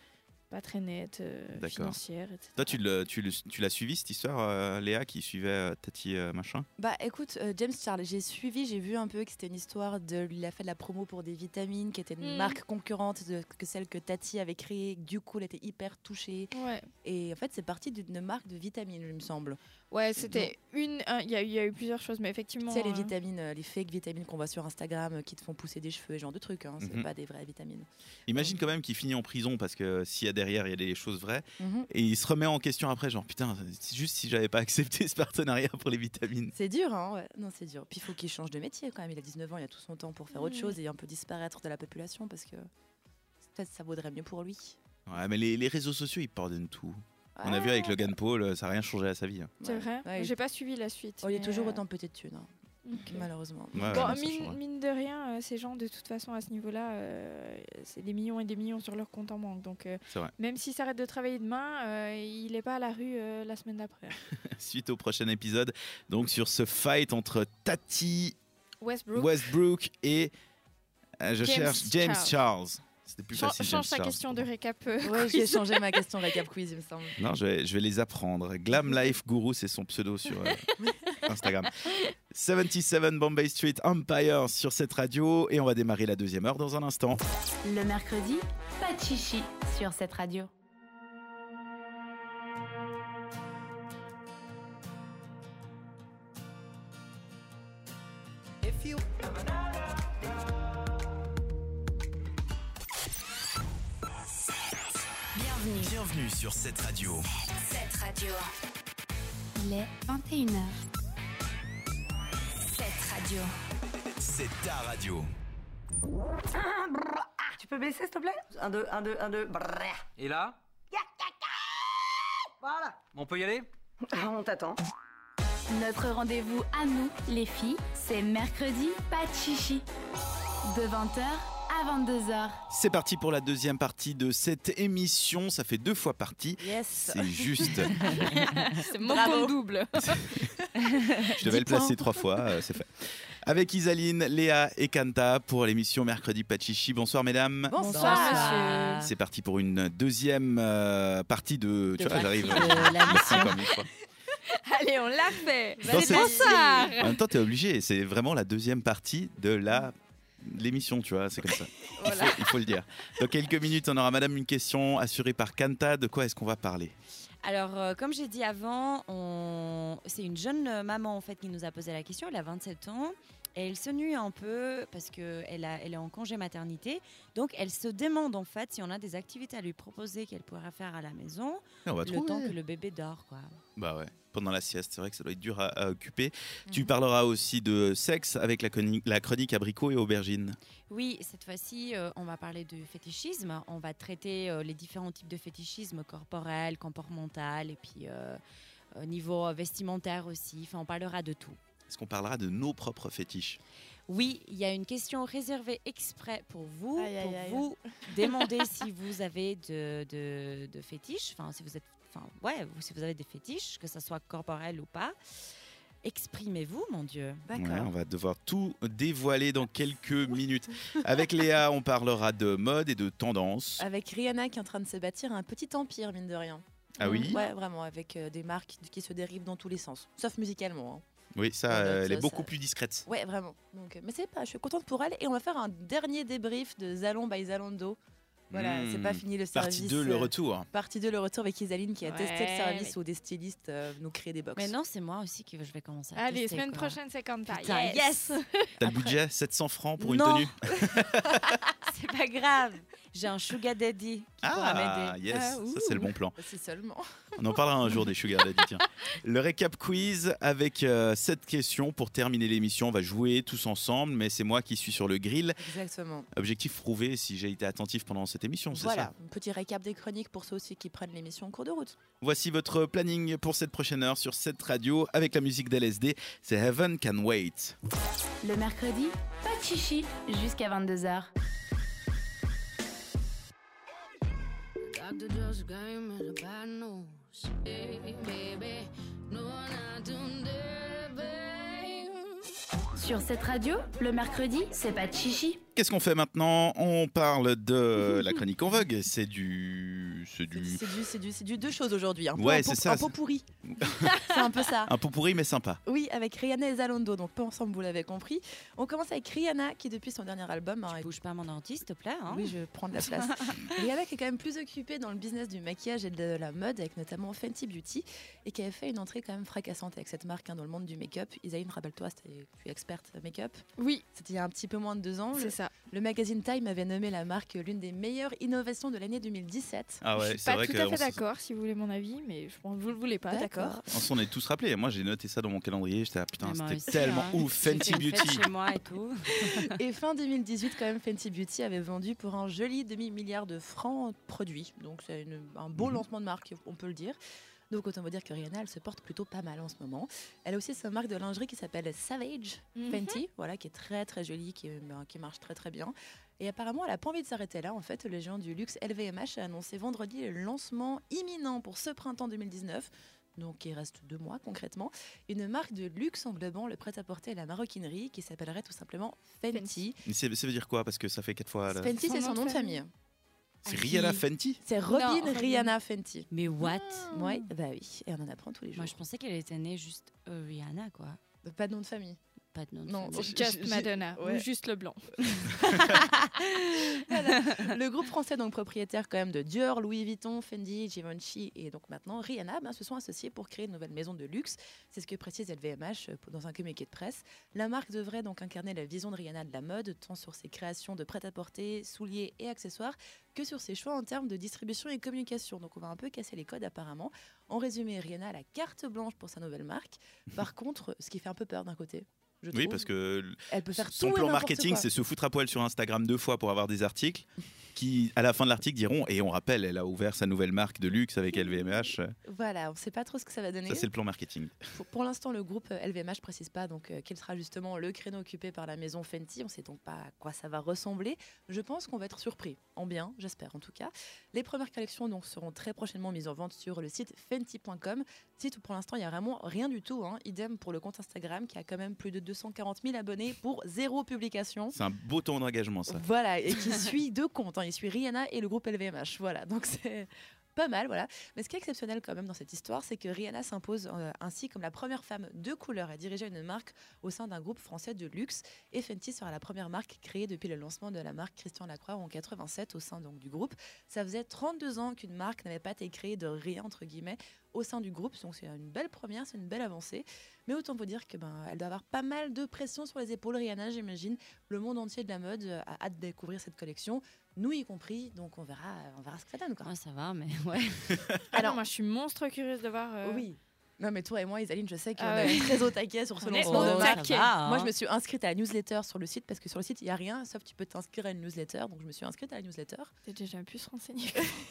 pas très nettes, D'accord. financières, etc. Toi, tu l'as suivi cette histoire, Léa, qui suivait Tati machin? Écoute, James Charles, j'ai vu un peu que c'était une histoire il a fait de la promo pour des vitamines, qui était une marque concurrente que celle que Tati avait créée. Du coup, elle était hyper touchée. Ouais. Et en fait, c'est parti d'une marque de vitamines, il me semble. Ouais, c'était il y a eu plusieurs choses, mais effectivement. Tu sais, les vitamines, les fake vitamines qu'on voit sur Instagram qui te font pousser des cheveux, ce genre de trucs. Hein, c'est Mhm. pas des vraies vitamines. Imagine quand même qu'il finit en prison parce que s'il y a derrière, il y a des choses vraies. Mhm. Et il se remet en question après, genre putain, c'est juste si j'avais pas accepté ce partenariat pour les vitamines. C'est dur, hein, ouais. Non, c'est dur. Puis il faut qu'il change de métier quand même. Il a 19 ans, il a tout son temps pour faire autre chose et un peu disparaître de la population parce que peut-être ça vaudrait mieux pour lui. Ouais, mais les réseaux sociaux, ils pardonnent tout. On a vu avec Logan Paul, ça n'a rien changé à sa vie. C'est vrai. Ouais, J'ai pas suivi la suite. il est mais, toujours autant pété de thunes, hein, ok. malheureusement. Ouais, Bon, non, ça change. mine de rien, ces gens, de toute façon, à ce niveau-là, c'est des millions et des millions sur leur compte en banque. Donc, C'est vrai. même s'il s'arrête de travailler demain, il n'est pas à la rue la semaine d'après. Suite au prochain épisode, donc sur ce fight entre Tati Westbrook, et je cherche James Charles. C'était plus facile. James change ta Charles, question de pardon. récap. Ouais, j'ai changé ma question récap quiz, il me semble. Non, je vais les apprendre. Glam Life Guru, c'est son pseudo sur Instagram. 77 Bombay Street Empire sur cette radio. Et on va démarrer la deuxième heure dans un instant. Le mercredi, pas de chichi sur cette radio. If you Bienvenue sur cette radio. Cette radio. Il est 21h. Cette radio. C'est ta radio. Tu peux baisser, s'il te plaît 1, 2, 1, 2, 1, 2. Et là Voilà. On peut y aller? On t'attend. Notre rendez-vous à nous, les filles, c'est mercredi, pas de chichi. De 20h à 22h. C'est parti pour la deuxième partie de cette émission. Ça fait 2 fois partie. Yes. C'est juste. C'est mon Bravo. compte double. Je devais le placer 3 fois. C'est fait. Avec Isaline, Léa et Kanta pour l'émission Mercredi Pachichi. Bonsoir mesdames. Bonsoir, monsieur. C'est parti pour une deuxième partie de. Tu vois, partie j'arrive. de la Merci, mission. comme une fois. Allez, on l'a fait. Dans C'est cette- bonsoir. En même temps, t'es obligé. C'est vraiment la deuxième partie de l'émission, tu vois. C'est comme ça. Il faut le dire. Dans quelques minutes, on aura madame une question assurée par Kanta. De quoi est-ce qu'on va parler? Alors, comme j'ai dit avant, c'est une jeune maman en fait qui nous a posé la question. Elle a 27 ans. Et elle s'ennuie un peu parce qu'elle est en congé maternité. Donc, elle se demande en fait si on a des activités à lui proposer qu'elle pourra faire à la maison On va le trouver. temps que le bébé dort, quoi. Bah ouais, pendant la sieste, c'est vrai que ça doit être dur à occuper. Tu parleras aussi de sexe avec la chronique abricot et aubergine. Oui, cette fois-ci, on va parler de fétichisme. On va traiter les différents types de fétichisme corporel, comportemental et puis au niveau vestimentaire aussi. Enfin, on parlera de tout. Est-ce qu'on parlera de nos propres fétiches? Oui, il y a une question réservée exprès pour vous, Aïe, aïe, pour aïe. vous demander si vous avez de fétiches, enfin si vous êtes, si vous avez des fétiches, que ce soit corporel ou pas. Exprimez-vous, mon Dieu. D'accord. Ouais, on va devoir tout dévoiler dans quelques minutes. Avec Léa, on parlera de mode et de tendance. Avec Rihanna qui est en train de se bâtir un petit empire, mine de rien. Ah oui Ouais, vraiment, avec des marques qui se dérivent dans tous les sens, sauf musicalement. Hein. Oui, ça, On note, elle est ça. beaucoup plus discrète. Ouais, vraiment. Donc, mais c'est pas, je suis contente pour elle. Et on va faire un dernier débrief de Zalon by Zalando. Voilà, c'est pas fini le service. Partie 2, le retour. Partie 2, le retour avec Isaline qui a testé le Ouais, service où des stylistes nous créent des box. Mais non, c'est moi aussi que je vais commencer à Allez, tester, semaine quoi. prochaine, c'est Kanta. Putain, yes. T'as le budget 700 francs pour une Non. tenue C'est pas grave. J'ai un sugar daddy qui pourra Ah, m'aider. yes, Ah, ça c'est le bon plan. C'est seulement. On en parlera un jour des Sugar Daddy. Tiens. Le récap quiz avec 7 questions pour terminer l'émission. On va jouer tous ensemble, mais c'est moi qui suis sur le grill. Exactement. Objectif prouvé si j'ai été attentif pendant cette émission, c'est Voilà, ça. un petit récap des chroniques pour ceux aussi qui prennent l'émission en cours de route. Voici votre planning pour cette prochaine heure sur cette radio avec la musique d'LSD. C'est Heaven Can Wait. Le mercredi, pas de chichi jusqu'à 22h. Doctor just gave me the bad news. Hey, baby, no, not today, babe. Sur cette radio, le mercredi, c'est pas de chichi. Qu'est-ce qu'on fait maintenant? On parle de la chronique en vogue. C'est du C'est du deux choses aujourd'hui. Un, Ouais, un c'est ça, pot pourri. C'est un peu ça. un pot pourri mais sympa. Oui, avec Rihanna et Zalando, donc pas ensemble, vous l'avez compris. On commence avec Rihanna qui, depuis son dernier album, hein, Bouge pas mon dentiste, s'il te plaît. Hein. oui, je prends de la place. Rihanna qui est quand même plus occupée dans le business du maquillage et de la mode, avec notamment Fenty Beauty, et qui avait fait une entrée quand même fracassante avec cette marque hein, dans le monde du make-up. Isaline, rappelle-toi, tu es experte make-up. Oui, C'était il y a un petit peu moins de 2 ans. c'est ça. Le magazine Time avait nommé la marque l'une des meilleures innovations de l'année 2017. Ah Je ouais, suis c'est pas vrai tout que à fait d'accord, si vous voulez mon avis, mais je pense que vous le voulez pas. D'accord. on s'en est tous rappelés. Moi, j'ai noté ça dans mon calendrier. J'étais là, putain, Mais moi c'était aussi, tellement hein. ouf. J'ai Fenty fait une fête Beauty. chez moi et tout. Et fin 2018, quand même, Fenty Beauty avait vendu pour un joli demi-milliard de francs produits. Donc c'est un beau Mhm. lancement de marque, on peut le dire. Donc autant vous dire que Rihanna, elle se porte plutôt pas mal en ce moment. Elle a aussi sa marque de lingerie qui s'appelle Savage Mhm. Fenty, voilà, qui est très très jolie, qui marche très très bien. Et apparemment, elle a pas envie de s'arrêter là. En fait, le géant du luxe LVMH a annoncé vendredi le lancement imminent pour ce printemps 2019. Donc il reste 2 mois concrètement, une marque de luxe englobant le prêt-à-porter et la maroquinerie qui s'appellerait tout simplement Fenty. Mais ça veut dire quoi? Parce que ça fait 4 fois. Fenty, c'est son nom de famille. C'est Rihanna Fenty? C'est Robin Robin. Rihanna Fenty. Mais what? Ouais, bah oui, et on en apprend tous les jours. Moi, je pensais qu'elle était née juste Rihanna, quoi. Pas de nom de famille. Pas de nom de Non, famille. bon, Just Madonna, ouais. ou juste le blanc. Voilà. Le groupe français, donc propriétaire quand même de Dior, Louis Vuitton, Fendi, Givenchy et donc maintenant Rihanna, se sont associés pour créer une nouvelle maison de luxe. C'est ce que précise LVMH dans un communiqué de presse. La marque devrait donc incarner la vision de Rihanna de la mode, tant sur ses créations de prêt-à-porter, souliers et accessoires, que sur ses choix en termes de distribution et communication. Donc on va un peu casser les codes apparemment. En résumé, Rihanna a la carte blanche pour sa nouvelle marque. Par contre, ce qui fait un peu peur d'un côté. Je Oui, trouve, parce que elle peut faire son tout et plan n'importe marketing, quoi. c'est se foutre à poil sur Instagram 2 fois pour avoir des articles qui, à la fin de l'article, diront, et on rappelle, elle a ouvert sa nouvelle marque de luxe avec LVMH. Voilà, on ne sait pas trop ce que ça va donner. Ça, c'est le plan marketing. Pour l'instant, le groupe LVMH précise pas donc quel sera justement le créneau occupé par la maison Fenty. On sait donc pas à quoi ça va ressembler. Je pense qu'on va être surpris, en bien, j'espère en tout cas. Les premières collections donc seront très prochainement mises en vente sur le site fenty.com, site où pour l'instant il y a vraiment rien du tout. Hein. Idem pour le compte Instagram qui a quand même plus de 240 000 abonnés pour 0 publication. C'est un beau temps d'engagement, ça. Voilà, et qui suit 2 comptes. Hein. Il suit Rihanna et le groupe LVMH. Voilà, donc c'est pas mal, voilà. Mais ce qui est exceptionnel quand même dans cette histoire, c'est que Rihanna s'impose ainsi comme la première femme de couleur à diriger une marque au sein d'un groupe français de luxe. Et Fenty sera la première marque créée depuis le lancement de la marque Christian Lacroix en 87 au sein donc, du groupe. Ça faisait 32 ans qu'une marque n'avait pas été créée de rien, entre guillemets, au sein du groupe. Donc c'est une belle première, c'est une belle avancée. Mais autant vous dire que elle doit avoir pas mal de pression sur les épaules, Rihanna, j'imagine. Le monde entier de la mode a hâte de découvrir cette collection, nous y compris. Donc on verra ce que ça donne. Quoi. Moi, ça va, mais ouais. Alors, moi, je suis monstre curieuse de voir. Oui. Non, mais toi et moi, Isaline, je sais qu'on Ah ouais. est très au taquet sur ce On est lancement au de marque. taquet. va, hein. Moi, je me suis inscrite à la newsletter sur le site parce que sur le site, il n'y a rien, sauf tu peux t'inscrire à une newsletter. Donc, je me suis inscrite à la newsletter. T'as déjà pu se renseigner.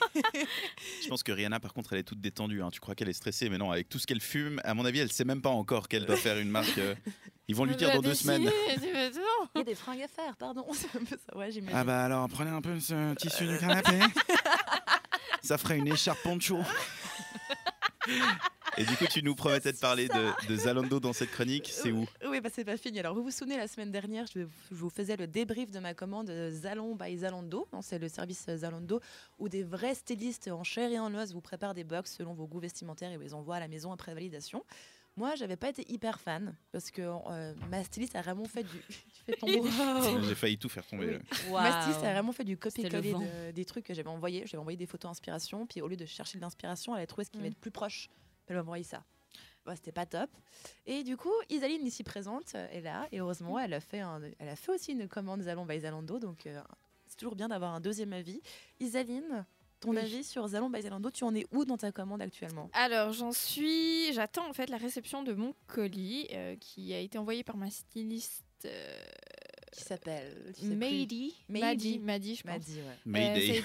Je pense que Rihanna, par contre, elle est toute détendue. Hein. Tu crois qu'elle est stressée, mais non, avec tout ce qu'elle fume, à mon avis, elle sait même pas encore qu'elle doit faire une marque. Ils vont lui dire dans 2 semaines. Il y a des fringues à faire, pardon. C'est un peu ça, ouais, j'imagine. Ah bah alors, prenez un peu ce tissu du canapé. Ça ferait une écharpe poncho. Et du coup, tu nous promettais de parler de Zalando dans cette chronique. C'est où? Oui, c'est pas fini. Alors, vous vous souvenez, la semaine dernière, je vous faisais le débrief de ma commande Zalon by Zalando. C'est le service Zalando où des vrais stylistes en chair et en os vous préparent des box selon vos goûts vestimentaires et vous les envoient à la maison après validation. Moi, j'avais pas été hyper fan parce que ma styliste a vraiment fait du. Tu fais tomber. J'ai failli tout faire tomber. Oui. Ma styliste a vraiment fait du C'était copier-coller le vent. des trucs que j'avais envoyés. J'avais envoyé des photos d'inspiration, puis au lieu de chercher de l'inspiration, elle a trouvé ce qui va être plus proche. Elle m'a envoyé ça. C'était pas top. Et du coup, Isaline, ici présente, est là. Et heureusement, elle a fait aussi une commande Zalon by Zalando. Donc, c'est toujours bien d'avoir un deuxième avis. Isaline, ton avis sur Zalon by Zalando, tu en es où dans ta commande actuellement? Alors, j'attends en fait la réception de mon colis qui a été envoyé par ma styliste. Qui s'appelle Madi, je pense. Madi, ouais. Mayday.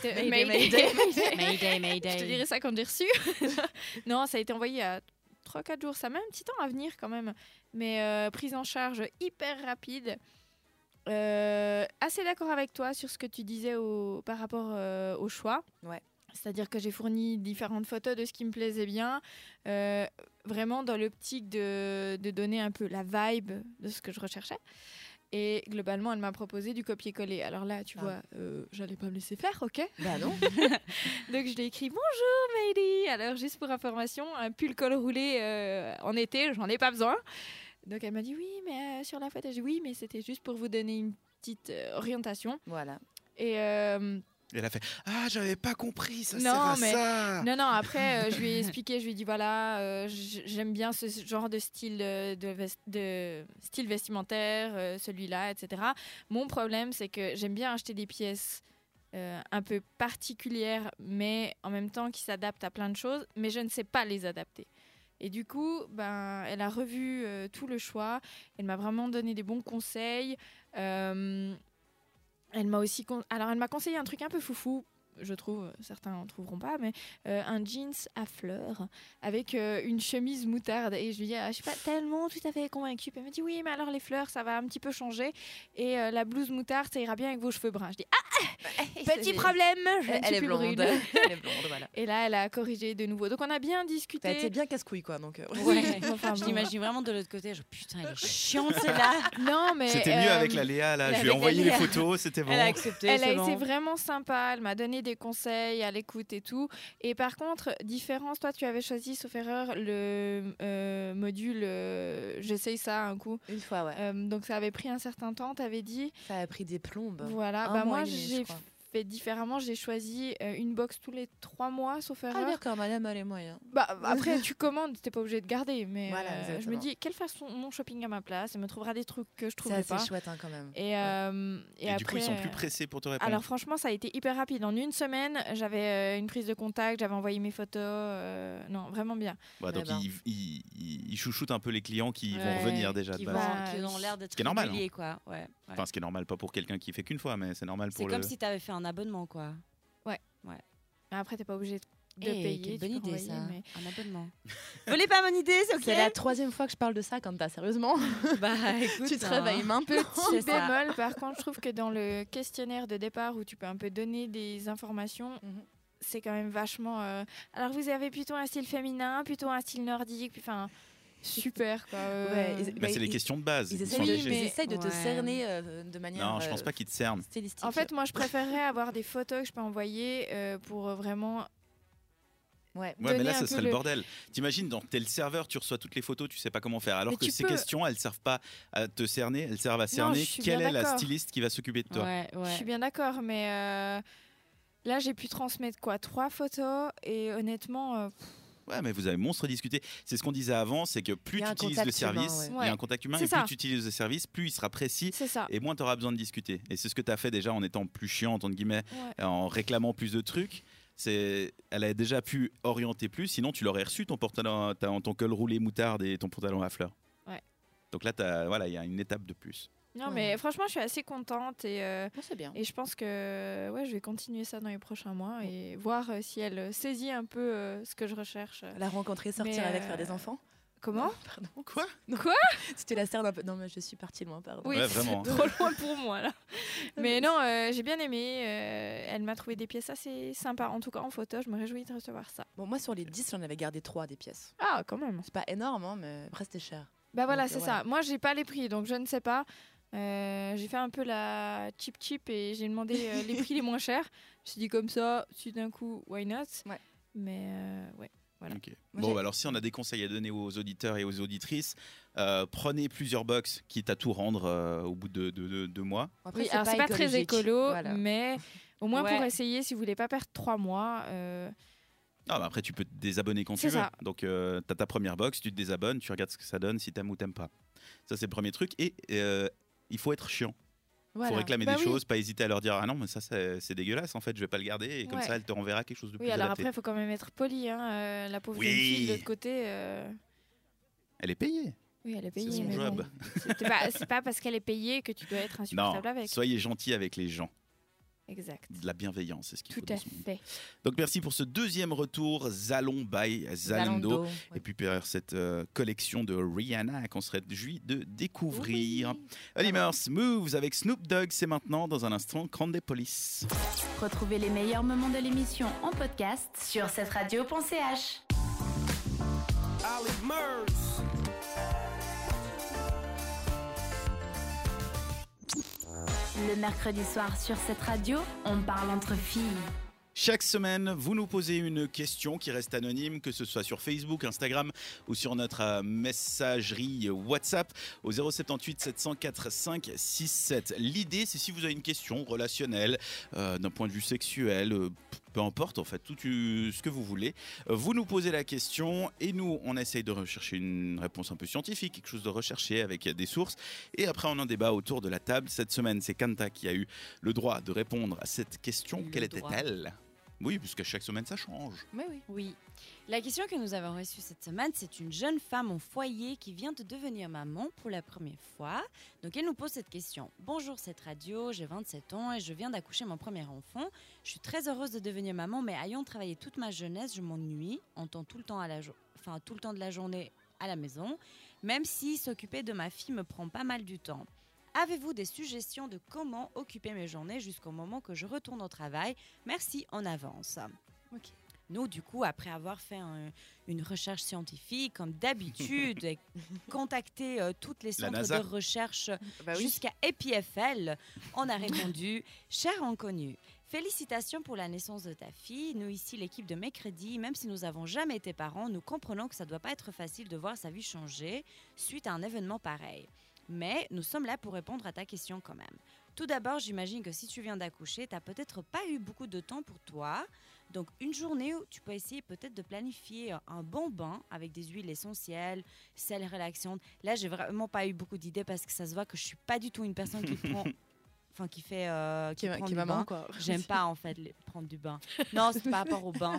Je te dirai ça quand j'ai reçu. Non, ça a été envoyé il y a 3-4 jours. Ça met un petit temps à venir quand même. Mais prise en charge hyper rapide. Assez d'accord avec toi sur ce que tu disais par rapport au choix. Ouais. C'est-à-dire que j'ai fourni différentes photos de ce qui me plaisait bien, vraiment dans l'optique de donner un peu la vibe de ce que je recherchais. Et globalement, elle m'a proposé du copier-coller. Alors là, tu vois, j'allais pas me laisser faire, ok? Bah non. Donc je lui ai écrit « Bonjour Mady !» Alors juste pour information, un pull col roulé en été, j'en ai pas besoin. Donc elle m'a dit « Oui, mais sur la photo, j'ai dit oui, mais c'était juste pour vous donner une petite orientation. » Voilà. Et elle a fait j'avais pas compris, ça non, sert à ça. Non, après, je lui ai expliqué, je lui ai dit voilà, j'aime bien ce genre de style, de style vestimentaire, celui-là, etc. Mon problème, c'est que j'aime bien acheter des pièces un peu particulières, mais en même temps qui s'adaptent à plein de choses, mais je ne sais pas les adapter. Et du coup, elle a revu tout le choix, elle m'a vraiment donné des bons conseils. Elle m'a aussi elle m'a conseillé un truc un peu foufou, je trouve, certains en trouveront pas, mais un jeans à fleurs avec une chemise moutarde. Et je lui dis, je suis pas tellement tout à fait convaincue. Puis elle me dit, oui, mais alors les fleurs, ça va un petit peu changer. Et la blouse moutarde, ça ira bien avec vos cheveux bruns. Je dis, petit problème, je ne suis plus brune. Elle est blonde, voilà. Et là, elle a corrigé de nouveau. Donc on a bien discuté. T'as été bien casse-couille, quoi. Donc, ouais. Enfin, je l'imagine vraiment de l'autre côté. Genre, putain, elle est chiante, celle-là. Non, mais c'était mieux avec la Léa, là. Je lui ai envoyé les photos, c'était bon. Elle a accepté. Elle a été vraiment sympa. Elle m'a donné des conseils à l'écoute et tout. Et par contre, différence, toi, tu avais choisi, sauf erreur, le module j'essaye ça un coup. Une fois, ouais. Donc ça avait pris un certain temps, t'avais dit. Ça a pris des plombes. Voilà. Moi, j'ai fait différemment. J'ai choisi une box tous les 3 mois, sauf erreur. Ah d'accord, madame, elle est moyen. Après, tu commandes, t'es pas obligé de garder. Mais voilà, je me dis, quelle façon mon shopping à ma place, elle me trouvera des trucs que je trouverais pas. C'est chouette quand même. Et après, du coup, ils sont plus pressés pour te répondre. Alors franchement, ça a été hyper rapide. En une semaine, j'avais une prise de contact, j'avais envoyé mes photos. Non, vraiment bien. Donc ils chouchoutent un peu les clients qui vont revenir déjà de base. Qui ont l'air d'être réguliers, quoi. Ouais. Enfin, ce qui est normal, pas pour quelqu'un qui fait qu'une fois, mais c'est normal pour C'est comme si tu avais fait un abonnement, quoi. Ouais. Après, t'es pas obligé de payer. Quelle bonne idée, ça. Mais... Un abonnement. Volez pas mon idée, c'est ok. C'est la 3e fois que je parle de ça, Kanta, sérieusement. Écoute, tu te réveilles maintenant. Petit bémol, par contre, je trouve que dans le questionnaire de départ où tu peux un peu donner des informations, c'est quand même vachement. Alors, vous avez plutôt un style féminin, plutôt un style nordique, enfin. Super quoi. C'est les questions de base. Ils essayent de te cerner de manière. Non, je pense pas qu'ils te cernent. Stylistique. En fait, moi, je préférerais avoir des photos que je peux envoyer pour vraiment. Ouais, mais là, ça serait le bordel. T'imagines, t'es le serveur, tu reçois toutes les photos, tu sais pas comment faire. Alors que ces questions, elles servent pas à te cerner, elles servent à cerner quelle est la styliste qui va s'occuper de toi. Je suis bien d'accord, mais là, j'ai pu transmettre 3 photos et honnêtement. Ouais, mais vous avez monstre discuté. C'est ce qu'on disait avant, c'est que plus tu utilises le service, il y a un contact humain, et plus tu utilises le service, plus il sera précis, et moins tu auras besoin de discuter. Et c'est ce que tu as fait déjà en étant plus chiante, entre guillemets, en réclamant plus de trucs. Elle a déjà pu orienter plus, sinon tu l'aurais reçu ton pantalon, ton col roulé moutarde et ton pantalon à fleurs. Ouais. Donc là, il y a une étape de plus. Non, mais franchement, je suis assez contente et c'est bien. Et je pense que je vais continuer ça dans les prochains mois et voir si elle saisit un peu ce que je recherche. La rencontrer, sortir avec, faire des enfants. Comment? Pardon. Quoi? Quoi? C'était la serre d'un peu. Non, mais je suis partie loin, pardon. Oui, Ouais, vraiment. trop loin pour moi là. Mais non, j'ai bien aimé. Elle m'a trouvé des pièces assez sympas. En tout cas, en photo, je me réjouis de recevoir ça. Bon, moi, sur les 10, j'en avais gardé 3 des pièces. Ah, quand même. C'est pas énorme, hein, mais après, c'était cher. Bah voilà, Donc, c'est voilà. ça. Moi, j'ai pas les prix, donc je ne sais pas. J'ai fait un peu la cheap et j'ai demandé les prix les moins chers. Je me suis dit comme ça, si d'un coup, why not? Ouais. Mais ouais. Voilà. Ok. Moi, Bon, j'ai- bah alors si on a des conseils à donner aux auditeurs et aux auditrices, prenez plusieurs box, quitte à tout rendre au bout de 2 mois. Après, Oui, alors c'est pas très écologique. écolo, Voilà. mais au moins Ouais. pour essayer, si vous voulez pas perdre 3 mois. Ah, bah après, tu peux te désabonner quand tu C'est veux. ça. Donc, tu as ta première box, tu te désabonnes, tu regardes ce que ça donne, si t'aimes ou t'aimes pas. Ça, c'est le premier truc. Et il faut être chiant. Il Voilà. faut réclamer Bah des oui. choses, pas hésiter à leur dire ah non, mais ça, c'est dégueulasse, en fait, je vais pas le garder. Et comme Ouais. ça, elle te renverra quelque chose de Oui, plus alors adapté. après, il faut quand même être poli. Hein. La pauvre Oui. jeune fille de l'autre côté. Elle est payée. Oui, elle est C'est payée. son mais job. bon. C'est pas parce qu'elle est payée que tu dois être Non, insupportable avec. soyez gentils avec les gens. Exact. De la bienveillance, c'est ce qu'il Tout faut dans à ce monde. fait. Donc, merci pour ce deuxième retour, Zalon by Zalando. Zalando, Et puis pour cette collection de Rihanna qu'on serait réjouis de découvrir. Olimers Moves avec Snoop Dogg, c'est maintenant dans un instant Grande Police. Retrouvez les meilleurs moments de l'émission en podcast sur cetteradio.ch. Ali Murs. Le mercredi soir sur cette radio, on parle entre filles. Chaque semaine, vous nous posez une question qui reste anonyme, que ce soit sur Facebook, Instagram ou sur notre messagerie WhatsApp au 078 704 567. L'idée, c'est si vous avez une question relationnelle, d'un point de vue sexuel, peu importe en fait, tout ce que vous voulez, vous nous posez la question et nous, on essaye de rechercher une réponse un peu scientifique, quelque chose de recherché avec des sources. Et après, on en débat autour de la table. Cette semaine, c'est Kanta qui a eu le droit de répondre à cette question. Le Quelle droit. était-elle ? Oui, puisqu'à chaque semaine, ça change. Mais oui. Oui. La question que nous avons reçue cette semaine, c'est une jeune femme en foyer qui vient de devenir maman pour la première fois. Donc elle nous pose cette question. Bonjour cette radio, j'ai 27 ans et je viens d'accoucher mon premier enfant. Je suis très heureuse de devenir maman, mais ayant travaillé toute ma jeunesse, je m'ennuie, en temps tout le temps tout le temps de la journée à la maison, même si s'occuper de ma fille me prend pas mal du temps. Avez-vous des suggestions de comment occuper mes journées jusqu'au moment que je retourne au travail? Merci en avance. Ok. Nous, du coup, après avoir fait une recherche scientifique, comme d'habitude, et contacté toutes les La centres NASA. de recherche Bah oui. jusqu'à EPFL, on a répondu « Cher inconnu, félicitations pour la naissance de ta fille. Nous, ici, l'équipe de Mercredi, même si nous n'avons jamais été parents, nous comprenons que ça ne doit pas être facile de voir sa vie changer suite à un événement pareil. Mais nous sommes là pour répondre à ta question quand même. Tout d'abord, j'imagine que si tu viens d'accoucher, tu n'as peut-être pas eu beaucoup de temps pour toi. Donc, une journée où tu peux essayer peut-être de planifier un bon bain avec des huiles essentielles, sel relaxantes. Là, j'ai vraiment pas eu beaucoup d'idées parce que ça se voit que je suis pas du tout une personne qui prend... Enfin, qui fait... qui prend Qui du maman, bain. quoi. J'aime pas, en fait, prendre du bain. Non, c'est par rapport au bain.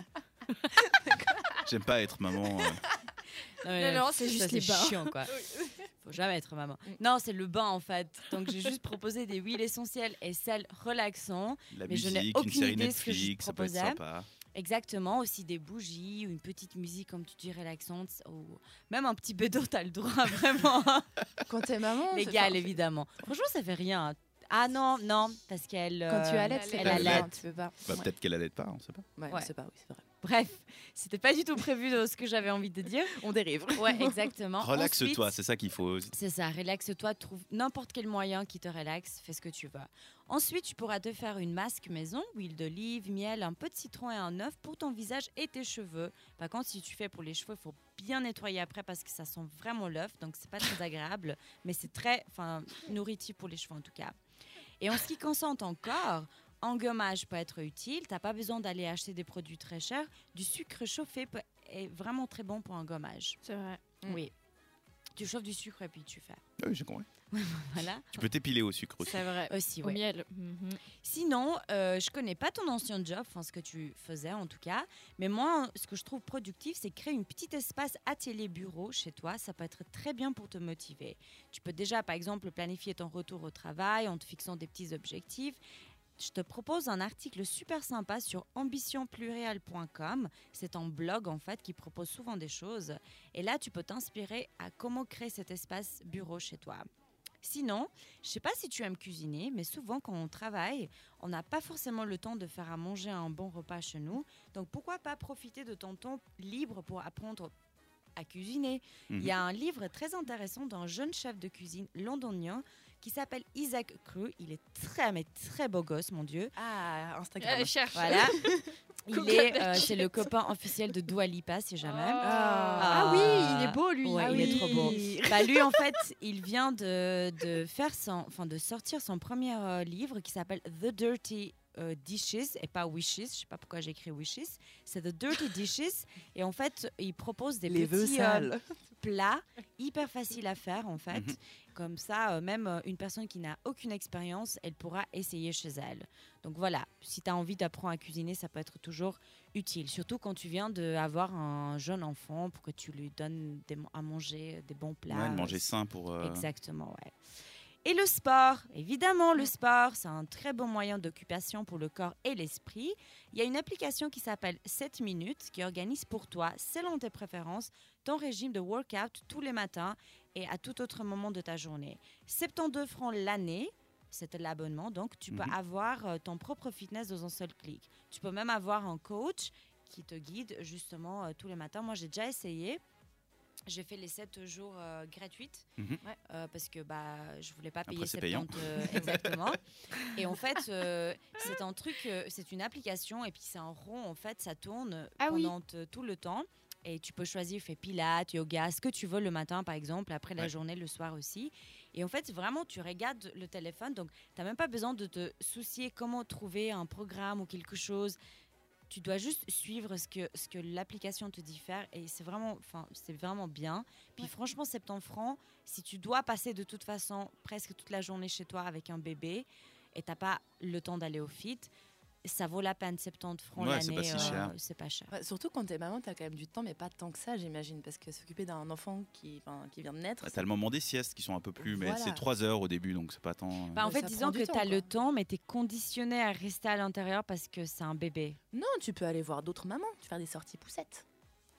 J'aime pas être maman. Non, c'est juste les bains. chiant, quoi. Faut jamais être maman. Non, c'est le bain, en fait. Donc, j'ai juste proposé des huiles essentielles et sels relaxants. La Mais je n'ai musique, une aucune série idée de ce que je Netflix, ça peut être proposais. sympa. Exactement, aussi des bougies ou une petite musique, comme tu dis, relaxante. Ou même un petit bédo, t'as le droit, vraiment. Quand t'es maman, c'est- Légal, enfin, évidemment. Franchement, ça fait rien. Ah non, parce qu'elle... Quand tu allaites, c'est elle pas allait. bien, tu peux pas. Bah, Ouais. peut-être qu'elle allait pas, on sait pas. Ouais, Ouais. je sais pas, oui, c'est vrai. Bref, c'était pas du tout prévu de ce que j'avais envie de dire. On dérive. Ouais, exactement. Relaxe-toi, Ensuite, c'est ça qu'il faut. c'est ça, relaxe-toi, trouve n'importe quel moyen qui te relaxe, fais ce que tu veux. Ensuite, tu pourras te faire une masque maison, huile d'olive, miel, un peu de citron et un œuf pour ton visage et tes cheveux. Par contre, si tu fais pour les cheveux, il faut bien nettoyer après parce que ça sent vraiment l'œuf, donc c'est pas très agréable, mais c'est très nourritif pour les cheveux en tout cas. Et en ce qui concerne ton corps, engommage peut être utile. Tu n'as pas besoin d'aller acheter des produits très chers. Du sucre chauffé est vraiment très bon pour engommage. C'est vrai. Oui. Tu chauffes du sucre et puis tu fais. Ah oui, j'ai compris. Voilà. Tu peux t'épiler au sucre aussi. C'est vrai. Aussi, Au ouais. miel. Mhm. Sinon, je connais pas ton ancien job, enfin ce que tu faisais en tout cas, mais moi, ce que je trouve productif, c'est créer une petite espace atelier-bureau chez toi. Ça peut être très bien pour te motiver. Tu peux déjà, par exemple, planifier ton retour au travail en te fixant des petits objectifs. je te propose un article super sympa sur ambitionplurielle.com. C'est un blog en fait qui propose souvent des choses. Et là, tu peux t'inspirer à comment créer cet espace bureau chez toi. Sinon, je ne sais pas si tu aimes cuisiner, mais souvent quand on travaille, on n'a pas forcément le temps de faire à manger un bon repas chez nous. Donc pourquoi pas profiter de ton temps libre pour apprendre à cuisiner. Il y a un livre très intéressant d'un jeune chef de cuisine londonien qui s'appelle Isaac Crew. Il est très beau gosse, mon Dieu. Ah, Instagram. Cherche. Voilà. C'est le copain officiel de Dua Lipa, si jamais. Ah oui, il est beau, lui. Ouais, Ah il oui. est trop beau. Bah, lui, en fait, il vient de sortir son premier livre qui s'appelle The Dirty Dishes et pas Wishes. Je ne sais pas pourquoi j'ai écrit Wishes. C'est The Dirty Dishes. Et en fait, il propose des petits plats hyper faciles à faire, en fait. Comme ça, même une personne qui n'a aucune expérience, elle pourra essayer chez elle. Donc voilà, si tu as envie d'apprendre à cuisiner, ça peut être toujours utile. Surtout quand tu viens d'avoir un jeune enfant pour que tu lui donnes à manger des bons plats. Ouais, de manger sain pour... Exactement, ouais. Et le sport, évidemment, le sport, c'est un très bon moyen d'occupation pour le corps et l'esprit. Il y a une application qui s'appelle 7 minutes qui organise pour toi, selon tes préférences, ton régime de workout tous les matins et à tout autre moment de ta journée. 72 francs l'année, c'est l'abonnement, donc tu peux avoir ton propre fitness dans un seul clic. Tu peux même avoir un coach qui te guide justement tous les matins. Moi, j'ai déjà essayé. J'ai fait les 7 jours gratuites parce que je voulais pas payer 70 exactement. Et en fait, c'est un truc, c'est une application et puis c'est un rond en fait, ça tourne pendant tout le temps. Et tu peux choisir, fais pilates, yoga, ce que tu veux le matin par exemple, après la journée, le soir aussi. Et en fait, vraiment, tu regardes le téléphone, donc tu n'as même pas besoin de te soucier comment trouver un programme ou quelque chose. Tu dois juste suivre ce que l'application te dit faire et c'est vraiment bien. Puis franchement, 70 francs, si tu dois passer de toute façon presque toute la journée chez toi avec un bébé et tu n'as pas le temps d'aller au fit, ça vaut la peine, 70 francs l'année. C'est pas si cher. C'est pas cher. Ouais, surtout quand t'es maman, t'as quand même du temps, mais pas tant que ça, j'imagine, parce que s'occuper d'un enfant qui vient de naître. T'as le moment des siestes qui sont un peu plus, mais Voilà. c'est 3 heures au début, donc c'est pas tant. En fait, disons que tu as le temps, mais tu es conditionné à rester à l'intérieur parce que c'est un bébé. Non, tu peux aller voir d'autres mamans, faire des sorties poussettes.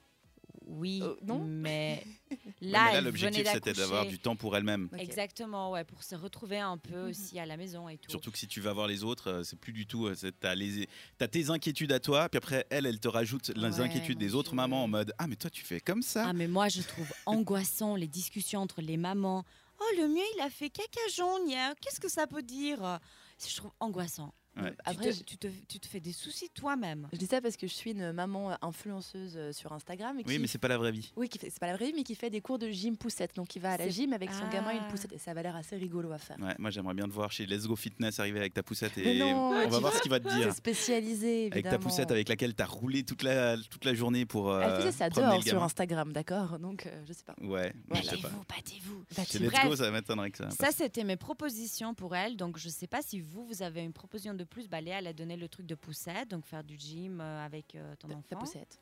Oui, non mais là, l'objectif c'était d'avoir du temps pour elle-même. Okay. Exactement, ouais, pour se retrouver un peu aussi à la maison et tout. Surtout que si tu vas voir les autres, c'est plus du tout. T'as tes inquiétudes à toi, puis après elle te rajoute les inquiétudes des autres mamans en mode ah mais toi tu fais comme ça. Ah mais moi je trouve angoissant les discussions entre les mamans. Oh le mien il a fait caca jaune hier. Qu'est-ce que ça peut dire? Je trouve angoissant. Ouais. Après, tu te fais des soucis toi-même. Je dis ça parce que je suis une maman influenceuse sur Instagram. Oui, mais c'est pas la vraie vie. Oui, c'est pas la vraie vie, mais qui fait des cours de gym poussette. Donc, il va à la gym avec son gamin et une poussette. Et ça va l'air assez rigolo à faire. Ouais, moi, j'aimerais bien te voir chez Let's Go Fitness arriver avec ta poussette et on va voir ce qu'il va te dire. C'est spécialisé, évidemment. Avec ta poussette avec laquelle tu as roulé toute la journée pour. Elle faisait ça dehors sur Instagram, d'accord? Donc, je sais pas. Ouais, voilà. Battez-vous. C'est Let's Go, ça m'étonnerait que ça. Ça, c'était mes propositions pour elle. Donc, je sais pas si vous avez une proposition de plus. Léa, elle a donné le truc de poussette, donc faire du gym avec ton enfant. Ta poussette.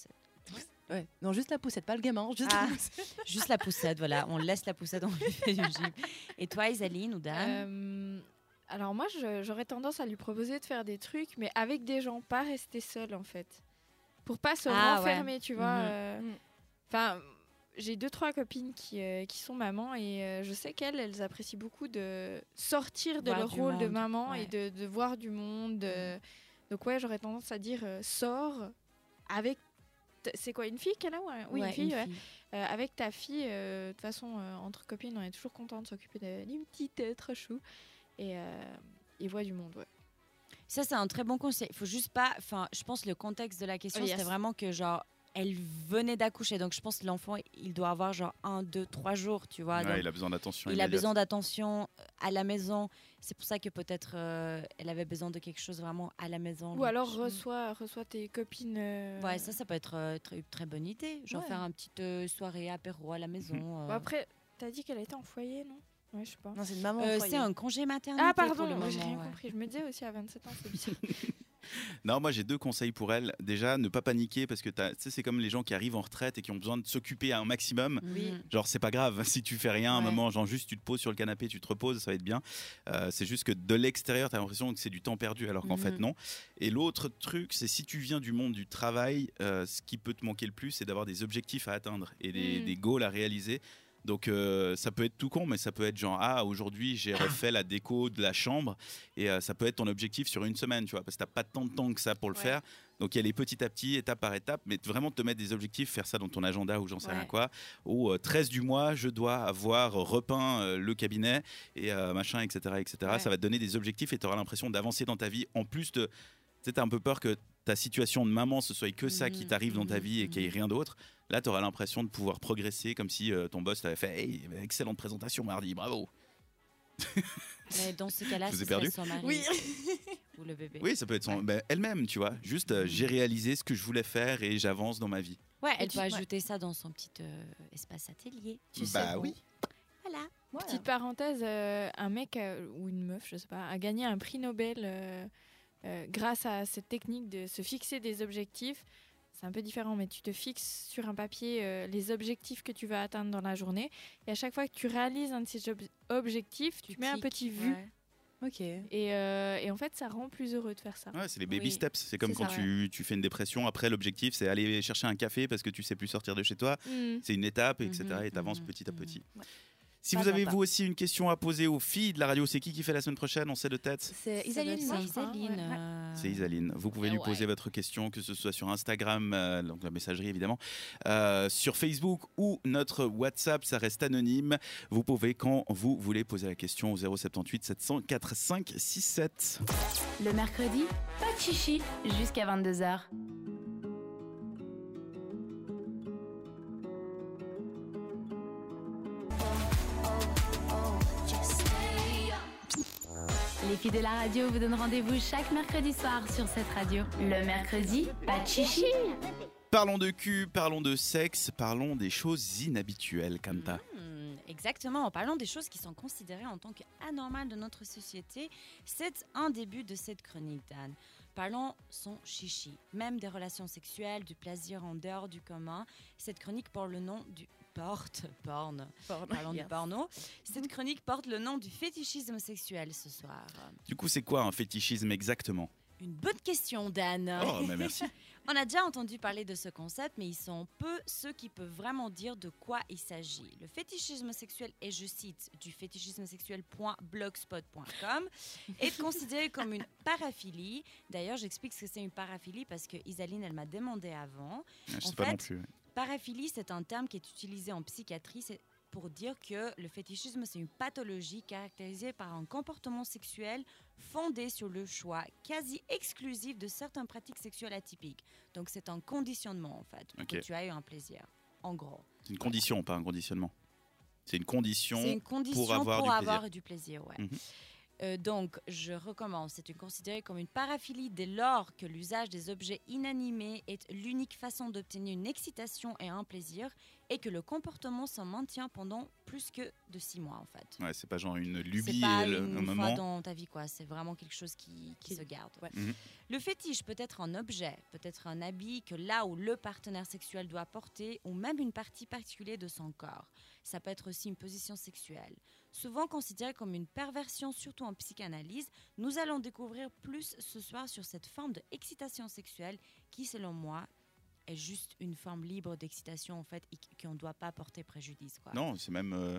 Ouais. Non, juste la poussette, pas le gamin. Juste la poussette, voilà. On laisse la poussette, on lui fait du gym. Et toi, Isaline ou Dan? Alors moi, j'aurais tendance à lui proposer de faire des trucs, mais avec des gens, pas rester seule en fait. Pour pas se renfermer, tu vois. Enfin... J'ai 2-3 copines qui sont mamans et je sais qu'elles apprécient beaucoup de sortir de leur rôle de maman et de voir du monde. Donc ouais, j'aurais tendance à dire sors avec... C'est quoi, une fille qu'elle a? Oui, une fille. Avec ta fille, de toute façon, entre copines, on est toujours content de s'occuper d'une petite trachou et voir du monde, ouais. Ça, c'est un très bon conseil. Il faut juste pas... Enfin, je pense que le contexte de la question, c'était vraiment que genre... Elle venait d'accoucher, donc je pense que l'enfant, il doit avoir genre 1, 2, 3 jours, tu vois. Ouais, il a besoin d'attention. Il a besoin d'attention à la maison. C'est pour ça que peut-être elle avait besoin de quelque chose vraiment à la maison. Ou alors reçois tes copines. Ouais, ça peut être très bonne idée. Genre faire une petite soirée apéro à la maison. Bon, après, t'as dit qu'elle était en foyer, non? Ouais, je sais pas. Non, c'est une maman. C'est un congé maternité. Ah, pardon, pour le moment, j'ai rien compris. Je me disais aussi à 27 ans, c'est bizarre. Non, moi j'ai 2 conseils pour elle. Déjà, ne pas paniquer parce que tu sais, c'est comme les gens qui arrivent en retraite et qui ont besoin de s'occuper à un maximum. Oui. Genre, c'est pas grave si tu fais rien à un Ouais. moment, genre juste tu te poses sur le canapé, tu te reposes, ça va être bien. C'est juste que de l'extérieur, tu as l'impression que c'est du temps perdu alors qu'en fait, non. Et l'autre truc, c'est si tu viens du monde du travail, ce qui peut te manquer le plus, c'est d'avoir des objectifs à atteindre et des goals à réaliser. Donc ça peut être tout con, mais ça peut être genre aujourd'hui j'ai refait la déco de la chambre et ça peut être ton objectif sur une semaine, tu vois, parce que t'as pas tant de temps que ça pour le faire. Donc il y a les petit à petit, étape par étape, mais vraiment te mettre des objectifs, faire ça dans ton agenda ou j'en sais rien quoi. Au 13 du mois, je dois avoir repeint le cabinet et machin, etc., etc. Ça va te donner des objectifs et tu auras l'impression d'avancer dans ta vie. En plus de, tu sais, t'as un peu peur que ta situation de maman, ce soit que ça qui t'arrive dans ta vie et qu'il n'y ait rien d'autre. Là, tu auras l'impression de pouvoir progresser comme si ton boss t'avait fait hey, excellente présentation mardi, bravo. Mais dans ce cas-là, Je vous ai ce serait perdu son mari Oui. ou le bébé. Oui, ça peut être elle-même, tu vois. Juste, j'ai réalisé ce que je voulais faire et j'avance dans ma vie. Ouais, elle tu- peut ouais. ajouter ça dans son petit espace atelier. Tu Bah sais. oui. Voilà. Petite parenthèse, un mec ou une meuf, je sais pas, a gagné un prix Nobel grâce à cette technique de se fixer des objectifs. C'est un peu différent, mais tu te fixes sur un papier les objectifs que tu vas atteindre dans la journée. Et à chaque fois que tu réalises un de ces objectifs, tu mets un cliques, petit vu. ouais. Ok. Et en fait, ça rend plus heureux de faire ça. Ouais, c'est les baby Oui. steps. C'est comme C'est quand ça, tu fais une dépression. Après, l'objectif, c'est aller chercher un café parce que tu sais plus sortir de chez toi. Mm. C'est une étape, etc. Mhm, et tu avances mhm, petit à petit. Ouais. Si Pas vous avez à pas. vous aussi une question à poser aux filles de la radio, c'est qui fait la semaine prochaine? On sait de tête. C'est Isaline, C'est moi, je crois. Isaline. Ouais. C'est Isaline. Vous pouvez lui poser votre question, que ce soit sur Instagram, donc la messagerie évidemment, sur Facebook ou notre WhatsApp, ça reste anonyme. Vous pouvez, quand vous voulez, poser la question au 078 704 567. Le mercredi, pas de chichi jusqu'à 22h. Les filles de la radio vous donnent rendez-vous chaque mercredi soir sur cette radio. Le mercredi, pas de chichi. Parlons de cul, parlons de sexe, parlons des choses inhabituelles, Kanta. Exactement, en parlant des choses qui sont considérées en tant qu'anormales de notre société, c'est un début de cette chronique, Dan. Parlons son chichi, même des relations sexuelles, du plaisir en dehors du commun. Cette chronique porte le nom du... Parlons du porno. Cette chronique porte le nom du fétichisme sexuel ce soir. Du coup, c'est quoi un fétichisme exactement? Une bonne question, Dan. Oh, mais merci. On a déjà entendu parler de ce concept, mais ils sont peu ceux qui peuvent vraiment dire de quoi il s'agit. Le fétichisme sexuel est, je cite, du fétichismesexuel.blogspot.com, est considéré comme une paraphilie. D'ailleurs, j'explique ce que c'est une paraphilie parce que Isaline, elle m'a demandé avant. Je En sais pas fait, non plus. Paraphilie, c'est un terme qui est utilisé en psychiatrie. C'est pour dire que le fétichisme, c'est une pathologie caractérisée par un comportement sexuel fondé sur le choix quasi exclusif de certaines pratiques sexuelles atypiques. Donc, c'est un conditionnement, en fait, pour que tu aies un plaisir, en gros. C'est une condition, pas un conditionnement. C'est une condition, C'est une condition pour avoir du plaisir, ouais. Mhm. Donc, je recommence. C'est considéré comme une paraphilie dès lors que l'usage des objets inanimés est l'unique façon d'obtenir une excitation et un plaisir et que le comportement s'en maintient pendant plus que de 6 mois, en fait. Ouais, c'est pas genre une C'est lubie pas un une fois moment. dans ta vie, quoi. C'est vraiment quelque chose qui se garde. Ouais. Mhm. Le fétiche peut être un objet, peut être un habit que là où le partenaire sexuel doit porter ou même une partie particulière de son corps. Ça peut être aussi une position sexuelle. Souvent considérée comme une perversion, surtout en psychanalyse, nous allons découvrir plus ce soir sur cette forme d'excitation sexuelle qui, selon moi, est juste une forme libre d'excitation en fait et qu'on ne doit pas porter préjudice, quoi. Non, c'est même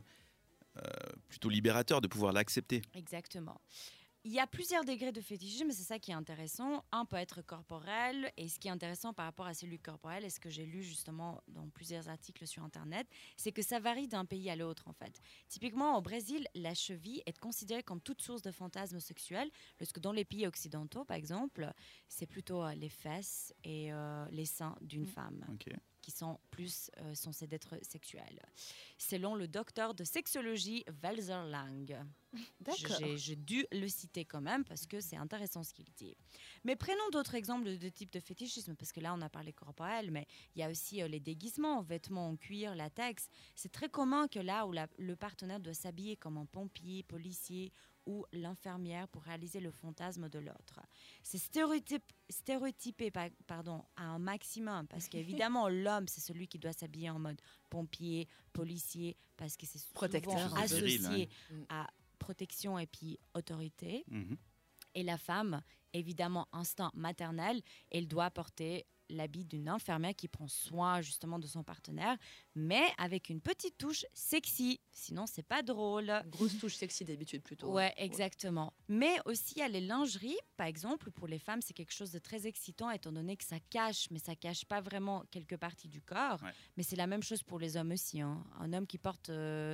plutôt libérateur de pouvoir l'accepter. Exactement. Il y a plusieurs degrés de fétichisme, c'est ça qui est intéressant. Un peut être corporel, et ce qui est intéressant par rapport à celui corporel, et ce que j'ai lu justement dans plusieurs articles sur Internet, c'est que ça varie d'un pays à l'autre en fait. Typiquement au Brésil, la cheville est considérée comme toute source de fantasmes sexuels, parce que dans les pays occidentaux par exemple, c'est plutôt les fesses et les seins d'une femme. Ok. Qui sont plus censés être sexuels. Selon le docteur de sexologie Walter Lang. D'accord. J'ai dû le citer quand même parce que c'est intéressant ce qu'il dit. Mais prenons d'autres exemples de types de fétichisme, parce que là on a parlé corporel, mais il y a aussi les déguisements, vêtements en cuir, latex. C'est très commun que là où le partenaire doit s'habiller comme un pompier, policier ou l'infirmière pour réaliser le fantasme de l'autre. C'est stéréotypé à un maximum parce qu'évidemment, l'homme, c'est celui qui doit s'habiller en mode pompier, policier, parce que c'est souvent Protecteur. associé à protection et puis autorité. Et la femme, évidemment, instinct maternel, elle doit porter l'habit d'une infirmière qui prend soin justement de son partenaire, mais avec une petite touche sexy. Sinon, c'est pas drôle. Grosse touche sexy d'habitude plutôt. Ouais, exactement. Mais aussi, il y a les lingeries, par exemple. Pour les femmes, c'est quelque chose de très excitant, étant donné que ça cache, mais ça cache pas vraiment quelques parties du corps. Ouais. Mais c'est la même chose pour les hommes aussi. Hein. Un homme qui porte...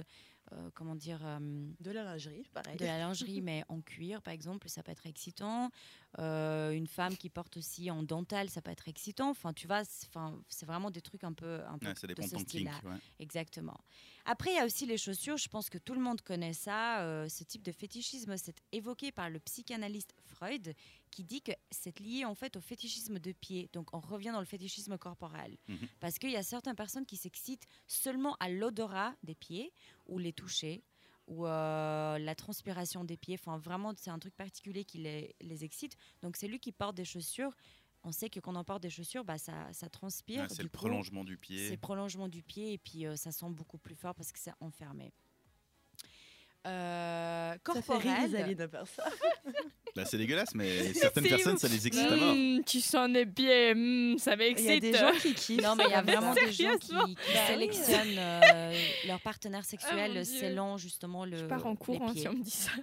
de la lingerie, pareil. De la lingerie, mais en cuir, par exemple, ça peut être excitant. Une femme qui porte aussi en dentelle, ça peut être excitant. Enfin, tu vois, c'est vraiment des trucs un peu ça dépend de ce style-là. Ouais. Exactement. Après, il y a aussi les chaussures. Je pense que tout le monde connaît ça. Ce type de fétichisme, c'est évoqué par le psychanalyste Freud, qui dit que c'est lié en fait au fétichisme de pied. Donc, on revient dans le fétichisme corporel. Parce qu'il y a certaines personnes qui s'excitent seulement à l'odorat des pieds ou les toucher ou la transpiration des pieds. Enfin, vraiment, c'est un truc particulier qui les excite. Donc, c'est lui qui porte des chaussures. On sait que quand on porte des chaussures, ça transpire. C'est le prolongement du pied. C'est le prolongement du pied et puis ça sent beaucoup plus fort parce que c'est enfermé. Corporel. Ça fait rire de faire ça. C'est dégueulasse, mais certaines personnes, ça les excite à mort. Tu sens les pieds, ça m'excite. Il y a des gens qui kiffent. Non, mais il y a vraiment des gens qui sélectionnent leur partenaire sexuel selon justement le. Je pars en cours si on me dit ça.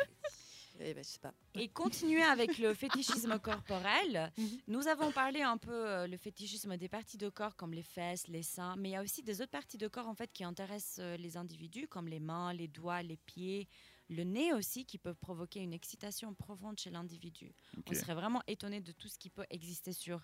Je sais pas. Et continuer avec le fétichisme corporel. Nous avons parlé un peu le fétichisme des parties de corps comme les fesses, les seins, mais il y a aussi des autres parties de corps en fait qui intéressent les individus comme les mains, les doigts, les pieds, le nez aussi qui peuvent provoquer une excitation profonde chez l'individu. On serait vraiment étonné de tout ce qui peut exister sur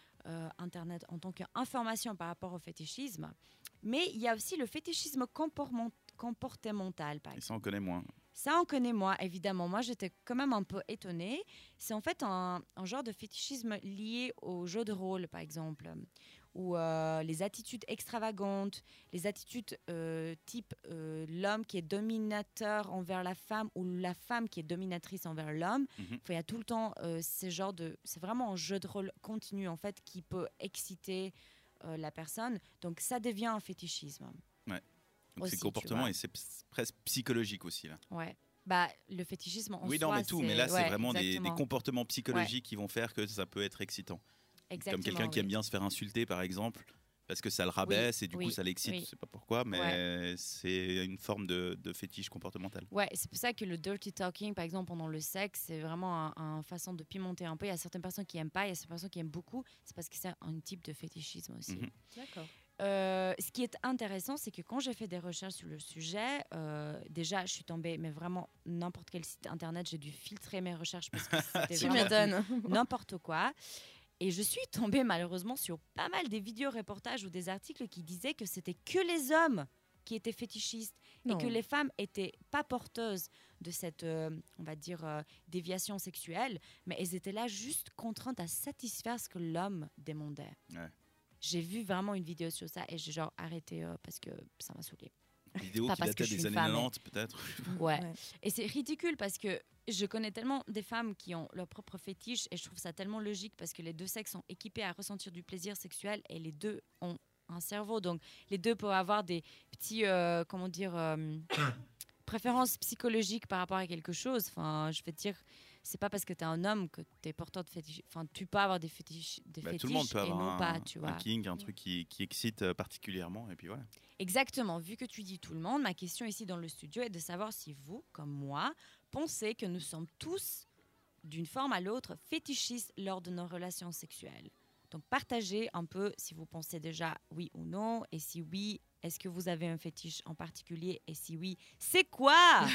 Internet en tant qu'information par rapport au fétichisme. Mais il y a aussi le fétichisme comportemental. Par exemple. Et ça, on connaît moins. Ça, on connaît moins, évidemment. Moi, j'étais quand même un peu étonnée. C'est en fait un genre de fétichisme lié au jeu de rôle, par exemple, ou les attitudes extravagantes, les attitudes type l'homme qui est dominateur envers la femme ou la femme qui est dominatrice envers l'homme. Il y a tout le temps c'est vraiment un jeu de rôle continu, en fait, qui peut exciter la personne. Donc, ça devient un fétichisme. Ouais. Donc c'est comportement et c'est presque psychologique aussi là. Ouais. Le fétichisme en soi. Oui, non, mais tout. Mais là, c'est vraiment des comportements psychologiques Ouais. qui vont faire que ça peut être excitant. Exactement, Comme quelqu'un qui aime bien se faire insulter, par exemple, parce que ça le rabaisse et du coup ça l'excite. Je sais pas pourquoi, mais c'est une forme de fétiche comportemental. Ouais, c'est pour ça que le dirty talking, par exemple, pendant le sexe, c'est vraiment une façon de pimenter un peu. Il y a certaines personnes qui aiment pas, il y a certaines personnes qui aiment beaucoup. C'est parce que c'est un type de fétichisme aussi. D'accord. Ce qui est intéressant, c'est que quand j'ai fait des recherches sur le sujet, déjà, je suis tombée, mais vraiment, n'importe quel site internet, j'ai dû filtrer mes recherches parce que c'était vraiment n'importe quoi. Et je suis tombée malheureusement sur pas mal des vidéos reportages ou des articles qui disaient que c'était que les hommes qui étaient fétichistes et que les femmes n'étaient pas porteuses de cette, on va dire, déviation sexuelle, mais elles étaient là juste contraintes à satisfaire ce que l'homme demandait. Ouais. J'ai vu vraiment une vidéo sur ça et j'ai arrêté parce que ça m'a saoulée. Vidéo qui datait des années 90 peut-être. Ouais. Et c'est ridicule parce que je connais tellement des femmes qui ont leur propre fétiche et je trouve ça tellement logique parce que les deux sexes sont équipés à ressentir du plaisir sexuel et les deux ont un cerveau. Donc les deux peuvent avoir des petits, préférences psychologiques par rapport à quelque chose. Enfin, je veux dire, c'est pas parce que tu es un homme que tu es porteur de fétiche. Enfin, tu peux avoir des fétiches tout le monde peut avoir pas, tu vois. un kink, un truc qui excite particulièrement et puis voilà. Exactement. Vu que tu dis tout le monde, ma question ici dans le studio est de savoir si vous, comme moi, pensez que nous sommes tous, d'une forme à l'autre, fétichistes lors de nos relations sexuelles. Donc, partagez un peu si vous pensez déjà oui ou non. Et si oui, est-ce que vous avez un fétiche en particulier? Et si oui, c'est quoi?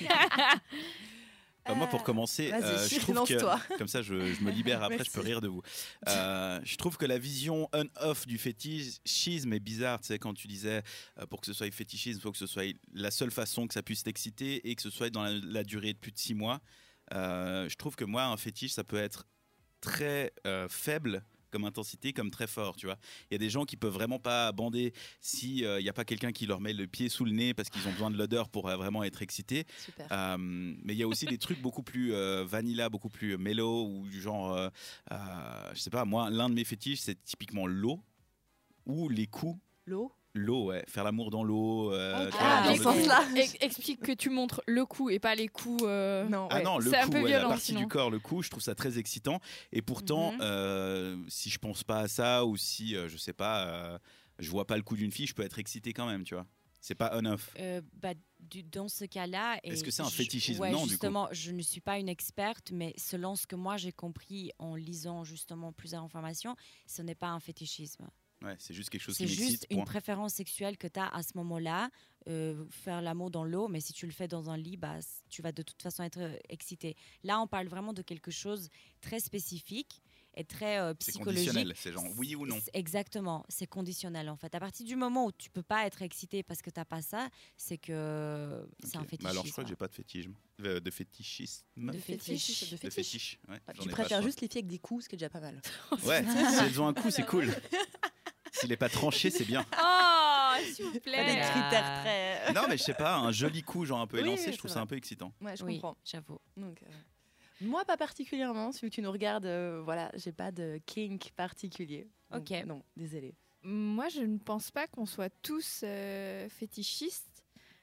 Moi, pour commencer, je trouve que, comme ça, je me libère après, je peux rire de vous. Je trouve que la vision on-off du fétichisme est bizarre. Tu sais, quand tu disais, pour que ce soit fétichisme, il faut que ce soit la seule façon que ça puisse t'exciter et que ce soit dans la durée de plus de 6 mois. Je trouve que moi, un fétiche, ça peut être très faible comme intensité, comme très fort, tu vois. Il y a des gens qui peuvent vraiment pas bander si il y a pas quelqu'un qui leur met le pied sous le nez parce qu'ils ont besoin de l'odeur pour vraiment être excités. Super. Mais il y a aussi des trucs beaucoup plus vanilla, beaucoup plus mellow ou du genre, je sais pas, moi, l'un de mes fétiches, c'est typiquement l'eau ou les coups. L'eau, ouais. Faire l'amour dans l'eau. Explique que tu montres le cou et pas les coups. Non, Ah non, le c'est un cou, peu ouais, violent, la partie sinon. du corps, le cou, je trouve ça très excitant. Et pourtant, si je pense pas à ça ou si, je sais pas, je vois pas le cou d'une fille, je peux être excité quand même, tu vois. C'est pas on-off. Dans ce cas-là... Est-ce que c'est un fétichisme? Ouais, Non, justement, du coup. je ne suis pas une experte, mais selon ce que moi j'ai compris en lisant justement plusieurs informations, ce n'est pas un fétichisme. Ouais, c'est juste quelque chose C'est qui m'excite. juste une préférence sexuelle que tu as à ce moment-là, faire l'amour dans l'eau, mais si tu le fais dans un lit, tu vas de toute façon être excité. Là, on parle vraiment de quelque chose très spécifique et très C'est psychologique. conditionnel, c'est genre oui ou non. Exactement, c'est conditionnel en fait. À partir du moment où tu peux pas être excité parce que tu n'as pas ça, c'est que c'est un fétichisme. Alors je crois que j'ai pas de fétichisme. De fétichisme. De fétiche. De fétiche, ouais, j'en ai Tu pas, préfères je juste les filles avec des coups, ce qui est déjà pas mal. Ouais, si elles ont un coup, c'est cool. S'il est pas tranché, c'est bien. Oh, s'il vous plaît. Des critères très. Non, mais je sais pas, un joli coup, genre un peu Oui, élancé, oui, je trouve c'est ça vrai. un peu excitant. Ouais, je Oui, comprends. j'avoue. Donc, moi, pas particulièrement. Si tu nous regardes, voilà, j'ai pas de kink particulier. Donc, Ok. Non, désolé. Moi, je ne pense pas qu'on soit tous fétichistes.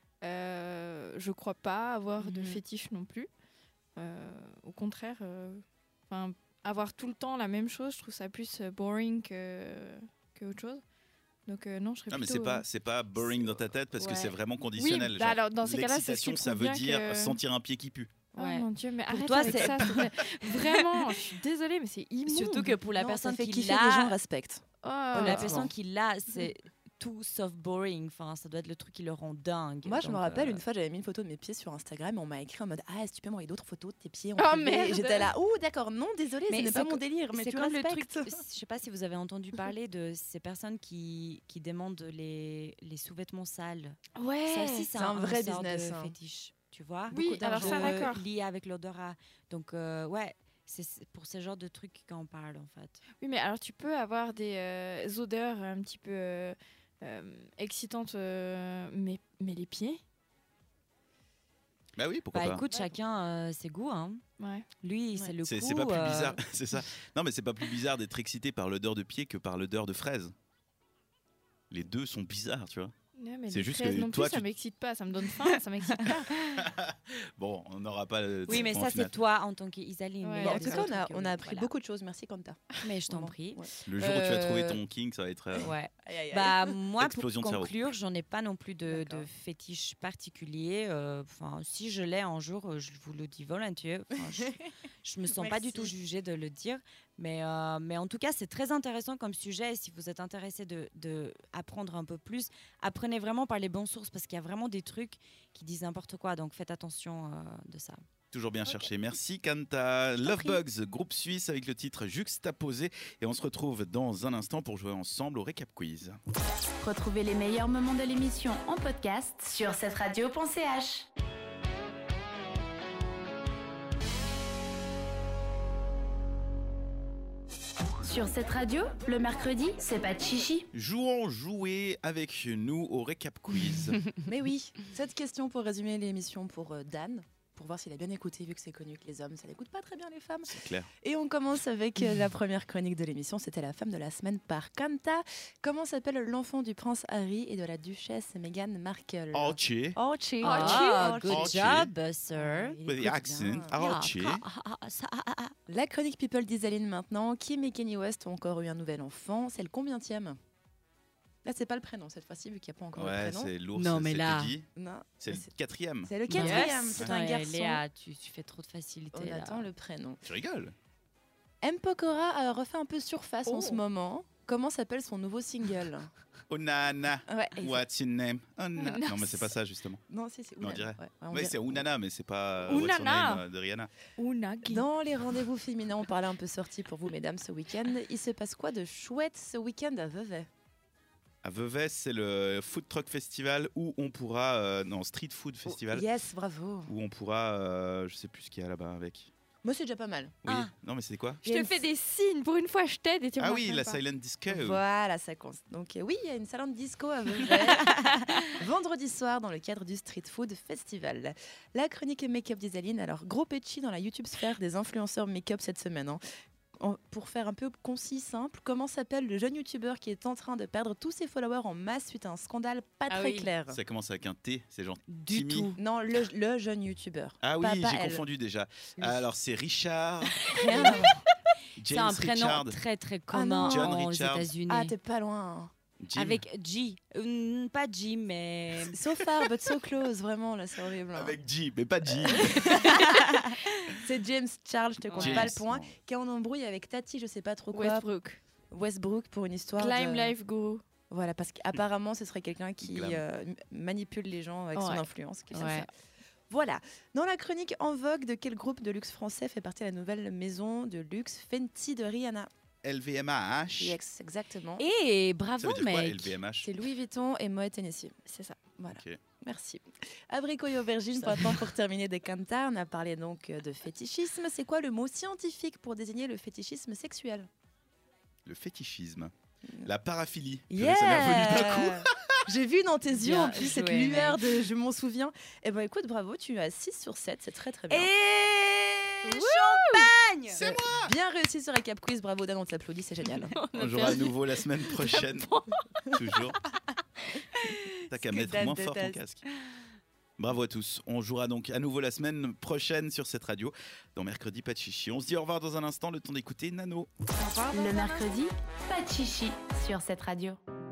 Je crois pas avoir de fétiche non plus. Au contraire, avoir tout le temps la même chose, je trouve ça plus boring que autre chose. Donc non, je serais Non, mais plutôt... c'est pas boring dans ta tête parce que ouais. c'est vraiment conditionnel. Oui, genre, alors dans ces cas-là, c'est ce l'excitation, qui ça prouve veut bien dire que- sentir un pied qui pue. Oh mon Dieu, mais Pour arrête toi, avec c'est- ça, s'il te plaît. Vraiment, je suis désolée, mais c'est immonde. Surtout que pour la Non, personne ça fait qui kiffer, l'a, les gens respectent. Oh. la personne qui l'a, c'est tout sauf boring. Enfin, ça doit être le truc qui le rend dingue. Moi, je me Donc, rappelle, une fois, j'avais mis une photo de mes pieds sur Instagram et on m'a écrit en mode « Ah, est-ce que tu peux m'envoyer d'autres photos de tes pieds en Oh, privé merde. J'étais là « Ouh, d'accord, non, désolé, ce Mais n'est pas c'est mon délire, mais c'est tu comme le truc. respectes. » Je sais pas si vous avez entendu parler de ces personnes qui demandent les sous-vêtements sales. Ouais, Ça aussi, c'est un vrai sorte business, de hein. fétiche. Tu vois. Oui, Beaucoup alors ça, d'argent d'accord. lié avec l'odorat. Donc ouais, c'est pour ce genre de trucs qu'on parle en fait. Oui, mais alors tu peux avoir des odeurs un petit peu excitantes, mais les pieds. Bah oui, pourquoi Bah pas. écoute, chacun ses goûts. Hein. Ouais. Lui, c'est le coup. C'est pas plus bizarre, c'est ça. Non, mais c'est pas plus bizarre d'être excité par l'odeur de pied que par l'odeur de fraise. Les deux sont bizarres, tu vois. Ouais, mais C'est les juste fraises que non toi, plus, ça tu- m'excite pas, ça me donne faim, ça m'excite pas. Bon, on n'aura pas. Oui, mais ça, c'est toi en tant qu'Isaline. Ouais. Mais il y Bon, a en des tout cas, autres on a appris voilà. beaucoup de choses. Merci, Kanta. Mais je t'en Vraiment. prie. Ouais. Le jour où tu vas trouver Euh, ton king, ça va être. Ouais. Aïe, aïe, aïe. Bah, moi, pour Explosion de cerveau. conclure, j'en ai pas non plus de D'accord. fétiche particulier. Enfin, si je l'ai un jour, je vous le dis volontiers. Enfin, je me sens pas du tout Merci. jugée de le dire. Mais en tout cas, c'est très intéressant comme sujet. Et si vous êtes intéressé de apprendre un peu plus, apprenez vraiment par les bonnes sources parce qu'il y a vraiment des trucs qui disent n'importe quoi. Donc faites attention de ça. Toujours bien cherché. Merci Kanta. Lovebugs, groupe suisse avec le titre Juxtaposé. Et on se retrouve dans un instant pour jouer ensemble au récap quiz. Retrouvez les meilleurs moments de l'émission en podcast sur cetteradio.ch. Sur cette radio, le mercredi, c'est pas de chichi. Jouez avec nous au récap quiz. Mais oui, cette question pour résumer l'émission pour Dan, pour voir s'il a bien écouté, vu que c'est connu que les hommes, ça n'écoute pas très bien les femmes. C'est clair. Et on commence avec la première chronique de l'émission, c'était la femme de la semaine par Kanta. Comment s'appelle l'enfant du prince Harry et de la duchesse Meghan Markle? Archie. Archie. Ah, good Archie. job, sir. Il With the écoute accent. bien. Archie. La chronique People d'Isaline maintenant. Kim et Kanye West ont encore eu un nouvel enfant. C'est le combientième? Là, c'est pas le prénom cette fois-ci, vu qu'il n'y a pas encore le Ouais, prénom. c'est lourd. Non, mais c'était là- dit. Non, C'est le mais quatrième. c'est le Yes. quatrième. C'est un Ouais, garçon. Léa, tu fais trop de facilité. On là. attend le prénom. Tu rigoles. M. Pokora a refait un peu surface en Oh. ce moment. Comment s'appelle son nouveau single? Oh nana. Ouais, exact. What's your name? Oh, na- Non, mais c'est pas ça justement. Non, c'est On Ounana. dirait. Ouais, on Ouais, dirait. c'est Ounana, mais c'est pas Ounana. What's Your Name de Rihanna. Unagi. Dans les rendez-vous féminins, on parlait un peu sortie pour vous, mesdames, ce week-end. Il se passe quoi de chouette ce week-end à Vevey? À Vevey, c'est le Food Truck Festival où on pourra. Non, Street Food Festival. Yes, bravo. Où on pourra. Je sais plus ce qu'il y a là-bas avec. Moi, c'est déjà pas mal. Oui. Ah. Non, mais c'est quoi? Je te fais des signes. Pour une fois, je t'aide et tu Ah remarques oui, même la pas. silent disco. Voilà, ça compte. Donc oui, il y a une silent disco à Vevey vendredi soir dans le cadre du Street Food Festival. La chronique make-up d'Isaline. Alors, gros petchi dans la YouTube sphère des influenceurs make-up cette semaine. Hein. Pour faire un peu concis, simple, comment s'appelle le jeune youtubeur qui est en train de perdre tous ses followers en masse suite à un scandale pas Ah très oui. clair? Ça commence avec un T, c'est genre Du Timmy. tout. Non, le jeune youtubeur. Ah oui, Pas j'ai elle. confondu déjà. Lui. Alors c'est Richard, Rien à voir. C'est un James prénom Richard, très très non. commun John aux Richards. États-Unis. Ah, t'es pas loin. Jim. Avec G. Pas G, mais. So far, but so close, vraiment, là, c'est horrible. hein. Avec G, mais pas G. C'est James Charles, je te compte James. pas le point, qui est en embrouille avec Tati, je sais pas trop quoi, Westbrook pour une histoire Climb de... Life Guru. Voilà, parce qu'apparemment, ce serait quelqu'un qui Glam. manipule les gens avec son Ouais. influence. quelque chose Ouais. comme ça. Voilà. Dans la chronique en vogue, de quel groupe de luxe français fait partie la nouvelle maison de luxe Fenty de Rihanna? LVMH. Yes, exactement. Et Ça bravo, veut dire quoi, mec. LVMH? C'est Louis Vuitton et Moet Hennessy. C'est ça. Voilà. Ok. Merci. Abricot et aubergine, maintenant pour terminer des cantars, on a parlé donc de fétichisme. C'est quoi le mot scientifique pour désigner le fétichisme sexuel? Le fétichisme. La paraphilie. Yeah. Ça m'est revenu d'un coup. J'ai vu dans tes yeux Bien en plus cette joué, lueur de je m'en souviens. Eh ben écoute, bravo, tu as 6 sur 7, c'est très très bien. Et champagne. C'est Bien réussi sur la Cap Quiz, bravo Dan, on t'applaudit, c'est génial. On jouera à nouveau la semaine prochaine. Toujours. T'as qu'à que mettre Dan moins fort ton déteste. casque. Bravo à tous. On jouera donc à nouveau la semaine prochaine sur cette radio. Dans Mercredi, pas de chichi. On se dit au revoir dans un instant, le temps d'écouter Nano. Le mercredi, pas de chichi sur cette radio.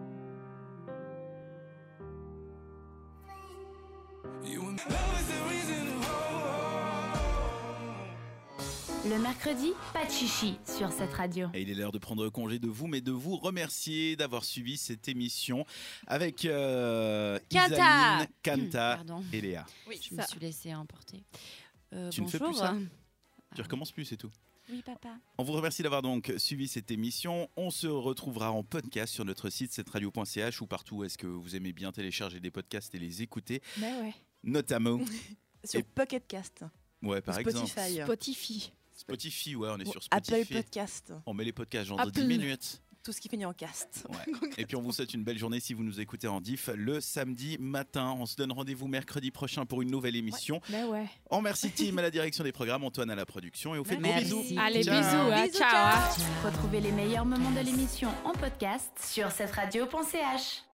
Le mercredi, pas de chichi sur cette radio. Et il est l'heure de prendre congé de vous, mais de vous remercier d'avoir suivi cette émission avec Kanta. Isaline, Kanta Pardon. et Léa. Oui, Je me suis laissée emporter. Tu ne fais bonjour. plus ça Tu recommences plus, c'est tout. Oui, papa. On vous remercie d'avoir donc suivi cette émission. On se retrouvera en podcast sur notre site cetteradio.ch ou partout où est-ce que vous aimez bien télécharger des podcasts et les écouter, Mais ouais. notamment. Sur Et- Pocket Cast, Ouais, par exemple. Spotify, Spotify. Spotify, ouais, on est ou sur Spotify. Apple Podcast, On met les podcasts genre de 10 Apple. minutes. tout ce qui finit en cast. Ouais. Et puis on vous souhaite une belle journée si vous nous écoutez en diff le samedi matin. On se donne rendez-vous mercredi prochain pour une nouvelle émission. Mais ouais. On remercie Tim à la direction des programmes, Antoine à la production et on fait de gros Merci. bisous. Allez, Ciao. bisous. Hein. Bisous, Ciao. ciao. Retrouvez les meilleurs moments de l'émission en podcast sur cette radio.ch.